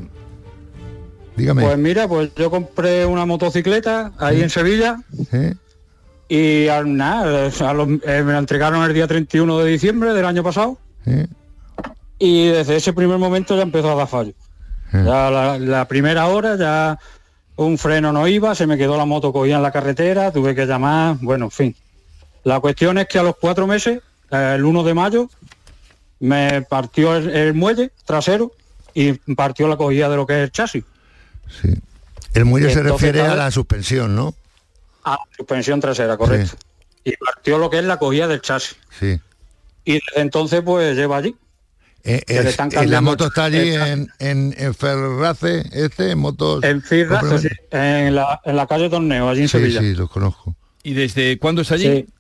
Dígame. Pues mira, pues yo compré una motocicleta ahí ¿Sí? en Sevilla. ¿Sí? Y al nada, a los, eh, me la entregaron el día treinta y uno de diciembre del año pasado. ¿Sí? Y desde ese primer momento ya empezó a dar fallo. ¿Sí? Ya la, la primera hora ya un freno no iba, se me quedó la moto cogida en la carretera, tuve que llamar, bueno, en fin. La cuestión es que a los cuatro meses, eh, el uno de mayo, me partió el, el muelle trasero y partió la cogida de lo que es el chasis. Sí. El muelle se Entonces, refiere a la suspensión, ¿no? A la suspensión trasera, correcto. Sí. Y partió lo que es la cogida del chasis. Sí. Y desde entonces pues lleva allí. Eh, que le es- están eh, la cambiando- moto está allí está- en, en, en Ferrace, este, en motos... En Firra, sí, en la, en la calle Torneo, allí en Sí, Sevilla. sí, los conozco. ¿Y desde cuándo está allí? Sí.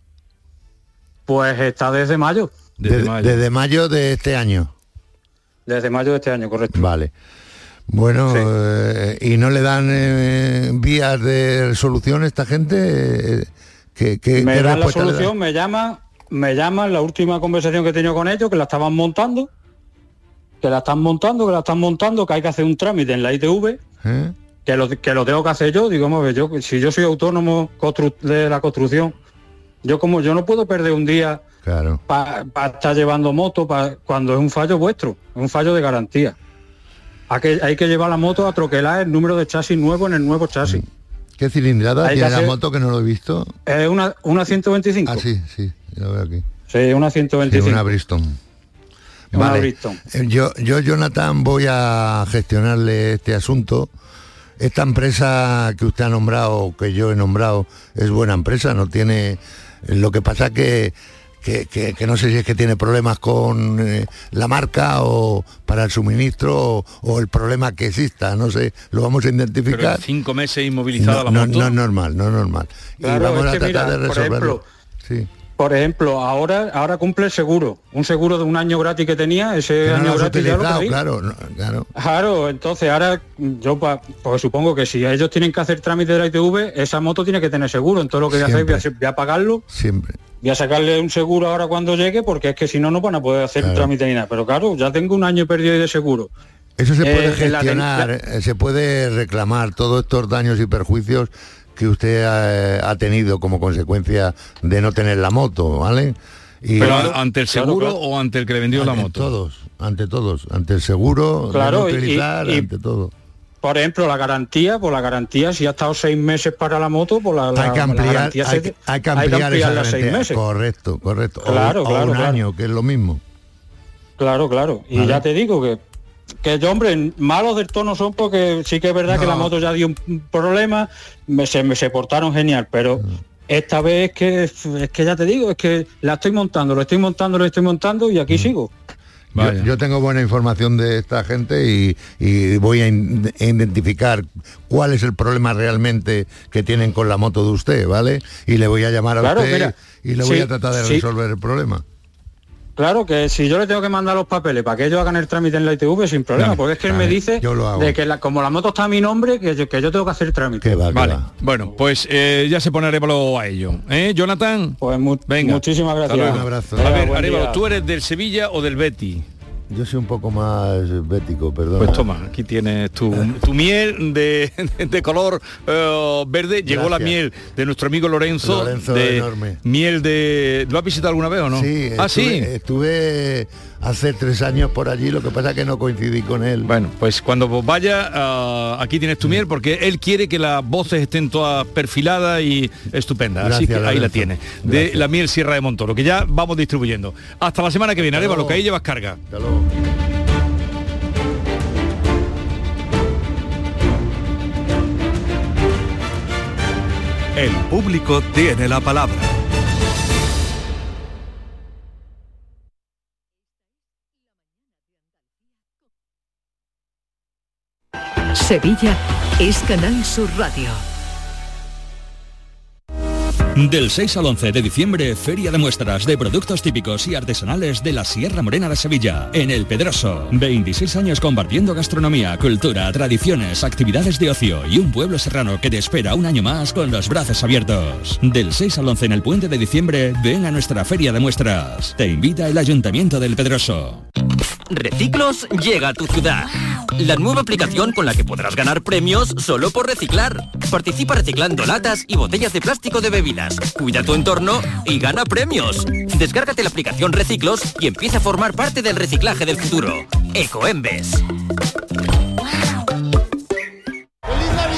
Pues está desde mayo. Desde Desde, mayo. desde mayo de este año. Desde mayo de este año, correcto. Vale. Bueno, Sí. eh, ¿y no le dan eh, vías de resolución a esta gente? Eh, ¿Qué, qué- Me qué dan la respuesta le dan? solución, me llaman, me llaman, la última conversación que he tenido con ellos, que la estaban montando, que la están montando, que la están montando, que hay que hacer un trámite en la I T V, ¿Eh? que lo, que lo tengo que hacer yo. Digo, vamos a ver, yo, si yo soy autónomo constru- de la construcción, yo como yo no puedo perder un día Claro. para estar llevando moto pa- cuando es un fallo vuestro, es un fallo de garantía. Hay que, hay que llevar la moto a troquelar el número de chasis nuevo en el nuevo chasis. ¿Qué cilindrada Hay que tiene la hacer- moto que no lo he visto? Es una, una ciento veinticinco. Ah, sí, sí, lo veo aquí. Sí, una ciento Sí, veinticinco. una Bristol. Una Vale. Bristol. Eh, Yo, yo, Jonathan, voy a gestionarle este asunto. Esta empresa que usted ha nombrado, que yo he nombrado, es buena empresa, no tiene... Lo que pasa que, que, que, que no sé si es que tiene problemas con eh, la marca o para el suministro o, o el problema que exista, no sé, lo vamos a Pero identificar. en cinco meses inmovilizada No, la no, moto. no es normal, no es normal. Claro, y vamos es a que tratar mira, de por resolverlo. ejemplo, Sí. Por ejemplo, ahora ahora cumple el seguro. Un seguro de un año gratis que tenía, ese Que no lo año has gratis ya lo utilizado, perdí. claro, no, claro. Claro, entonces ahora yo pa- pues supongo que si ellos tienen que hacer trámite de la I T V, esa moto tiene que tener seguro. Entonces lo que voy a hacer voy a, hacer- voy a pagarlo, Siempre. voy a sacarle un seguro ahora cuando llegue, porque es que si no, no van a poder hacer Claro. trámite ni nada. Pero claro, ya tengo un año perdido ahí de seguro. Eso se puede Eh, en la ten- gestionar, eh, se puede reclamar todos estos daños y perjuicios que usted eh, ha tenido como consecuencia de no tener la moto, ¿vale? Y Pero Claro, ante el claro, seguro claro. o ante el que le vendió la ante moto. todos, ante todos, ante el seguro, Claro, de y- no utilizar, y- ante todo. Por ejemplo, la garantía, pues la garantía, si ha estado seis meses para la moto, pues la, la- hay que la ampliar, garantía hay, se- que- hay que ampliar esa ampliarla a seis garantía. meses. Correcto, correcto. O- Claro, o, claro, un claro. año, que es lo mismo. Claro, claro. Y Vale. ya te digo que, que yo, hombre, malos del tono son porque sí que es verdad que la moto ya dio un problema, me, se, me se portaron genial, pero esta vez es que, es que ya te digo, es que la estoy montando, lo estoy montando, lo estoy montando y aquí sigo. Yo, yo tengo buena información de esta gente y, y voy a in- a identificar cuál es el problema realmente que tienen con la moto de usted, ¿vale? Y le voy a llamar a Claro, usted mira, y le voy sí, a tratar de sí. resolver el problema. Claro que si yo le tengo que mandar los papeles para que ellos hagan el trámite en la I T V sin problema, Vale, porque es que él vale, me dice yo lo hago. de que la- como la moto está a mi nombre, que yo, que yo tengo que hacer trámite. Vale, bueno, pues eh, ya se pone Arévalo a ello. ¿Eh, Jonathan? Pues Venga. muchísimas gracias. Hasta luego. Un abrazo. A ver, Venga, buen Arévalo, día. ¿tú eres del Sevilla o del Betis? Yo soy un poco más bético, perdón. Pues toma, aquí tienes tu, tu miel de, de color eh, verde. Llegó la Gracias. miel de nuestro amigo Lorenzo. Lorenzo, de enorme. Miel de... ¿Lo has visitado alguna vez o no? Sí, ah, estuve, sí. estuve hace tres años por allí, lo que pasa es que no coincidí con él. Bueno, pues cuando vaya, ah, aquí tienes tu miel, porque él quiere que las voces estén todas perfiladas y estupendas. Así Gracias, que ahí la Lorenzo. tiene. De Gracias. la miel Sierra de Montoro, que ya vamos distribuyendo. Hasta la semana que viene, Hasta Arévalo, luego. que ahí llevas carga. Hasta luego. El público tiene la palabra. Sevilla es Canal Sur Radio. Del seis al once de diciembre, Feria de Muestras de Productos Típicos y Artesanales de la Sierra Morena de Sevilla, en El Pedroso. veintiséis años compartiendo gastronomía, cultura, tradiciones, actividades de ocio y un pueblo serrano que te espera un año más con los brazos abiertos. Del seis al once en el puente de diciembre, ven a nuestra Feria de Muestras. Te invita el Ayuntamiento del Pedroso. Reciclos llega a tu ciudad. La nueva aplicación con la que podrás ganar premios solo por reciclar. Participa reciclando latas y botellas de plástico de bebidas. Cuida tu entorno y gana premios. Descárgate la aplicación Reciclos y empieza a formar parte del reciclaje del futuro. Ecoembes. La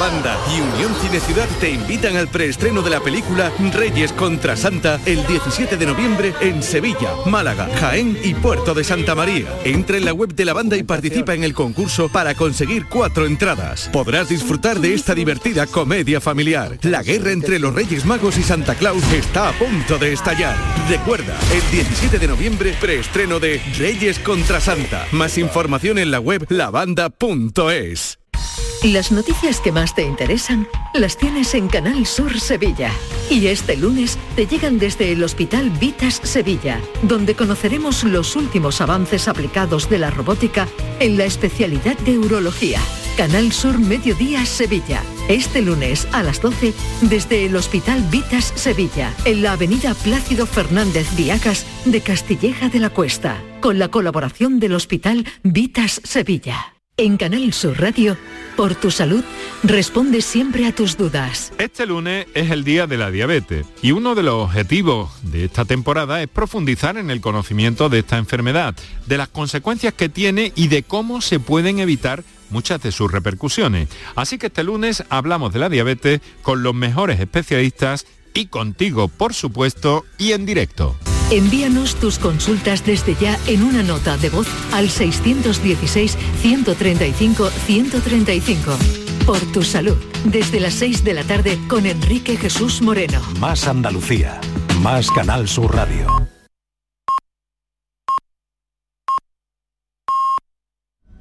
Banda y Unión Cine Ciudad te invitan al preestreno de la película Reyes contra Santa el diecisiete de noviembre en Sevilla, Málaga, Jaén y Puerto de Santa María. Entra en la web de la banda y participa en el concurso para conseguir cuatro entradas. Podrás disfrutar de esta divertida comedia familiar. La guerra entre los Reyes Magos y Santa Claus está a punto de estallar. Recuerda, el diecisiete de noviembre, preestreno de Reyes contra Santa. Más información en la web lavanda punto es. Las noticias que más te interesan las tienes en Canal Sur Sevilla. Y este lunes te llegan desde el Hospital Vitas Sevilla, donde conoceremos los últimos avances aplicados de la robótica en la especialidad de urología. Canal Sur Mediodía Sevilla. Este lunes a las doce desde el Hospital Vitas Sevilla, en la avenida Plácido Fernández Viagas de Castilleja de la Cuesta, con la colaboración del Hospital Vitas Sevilla. En Canal Sur Radio, por tu salud, responde siempre a tus dudas. Este lunes es el Día de la Diabetes y uno de los objetivos de esta temporada es profundizar en el conocimiento de esta enfermedad, de las consecuencias que tiene y de cómo se pueden evitar muchas de sus repercusiones. Así que este lunes hablamos de la diabetes con los mejores especialistas y contigo, por supuesto, y en directo. Envíanos tus consultas desde ya en una nota de voz al seiscientos dieciséis, ciento treinta y cinco, ciento treinta y cinco. Por tu salud, desde las seis de la tarde con Enrique Jesús Moreno. Más Andalucía, más Canal Sur Radio.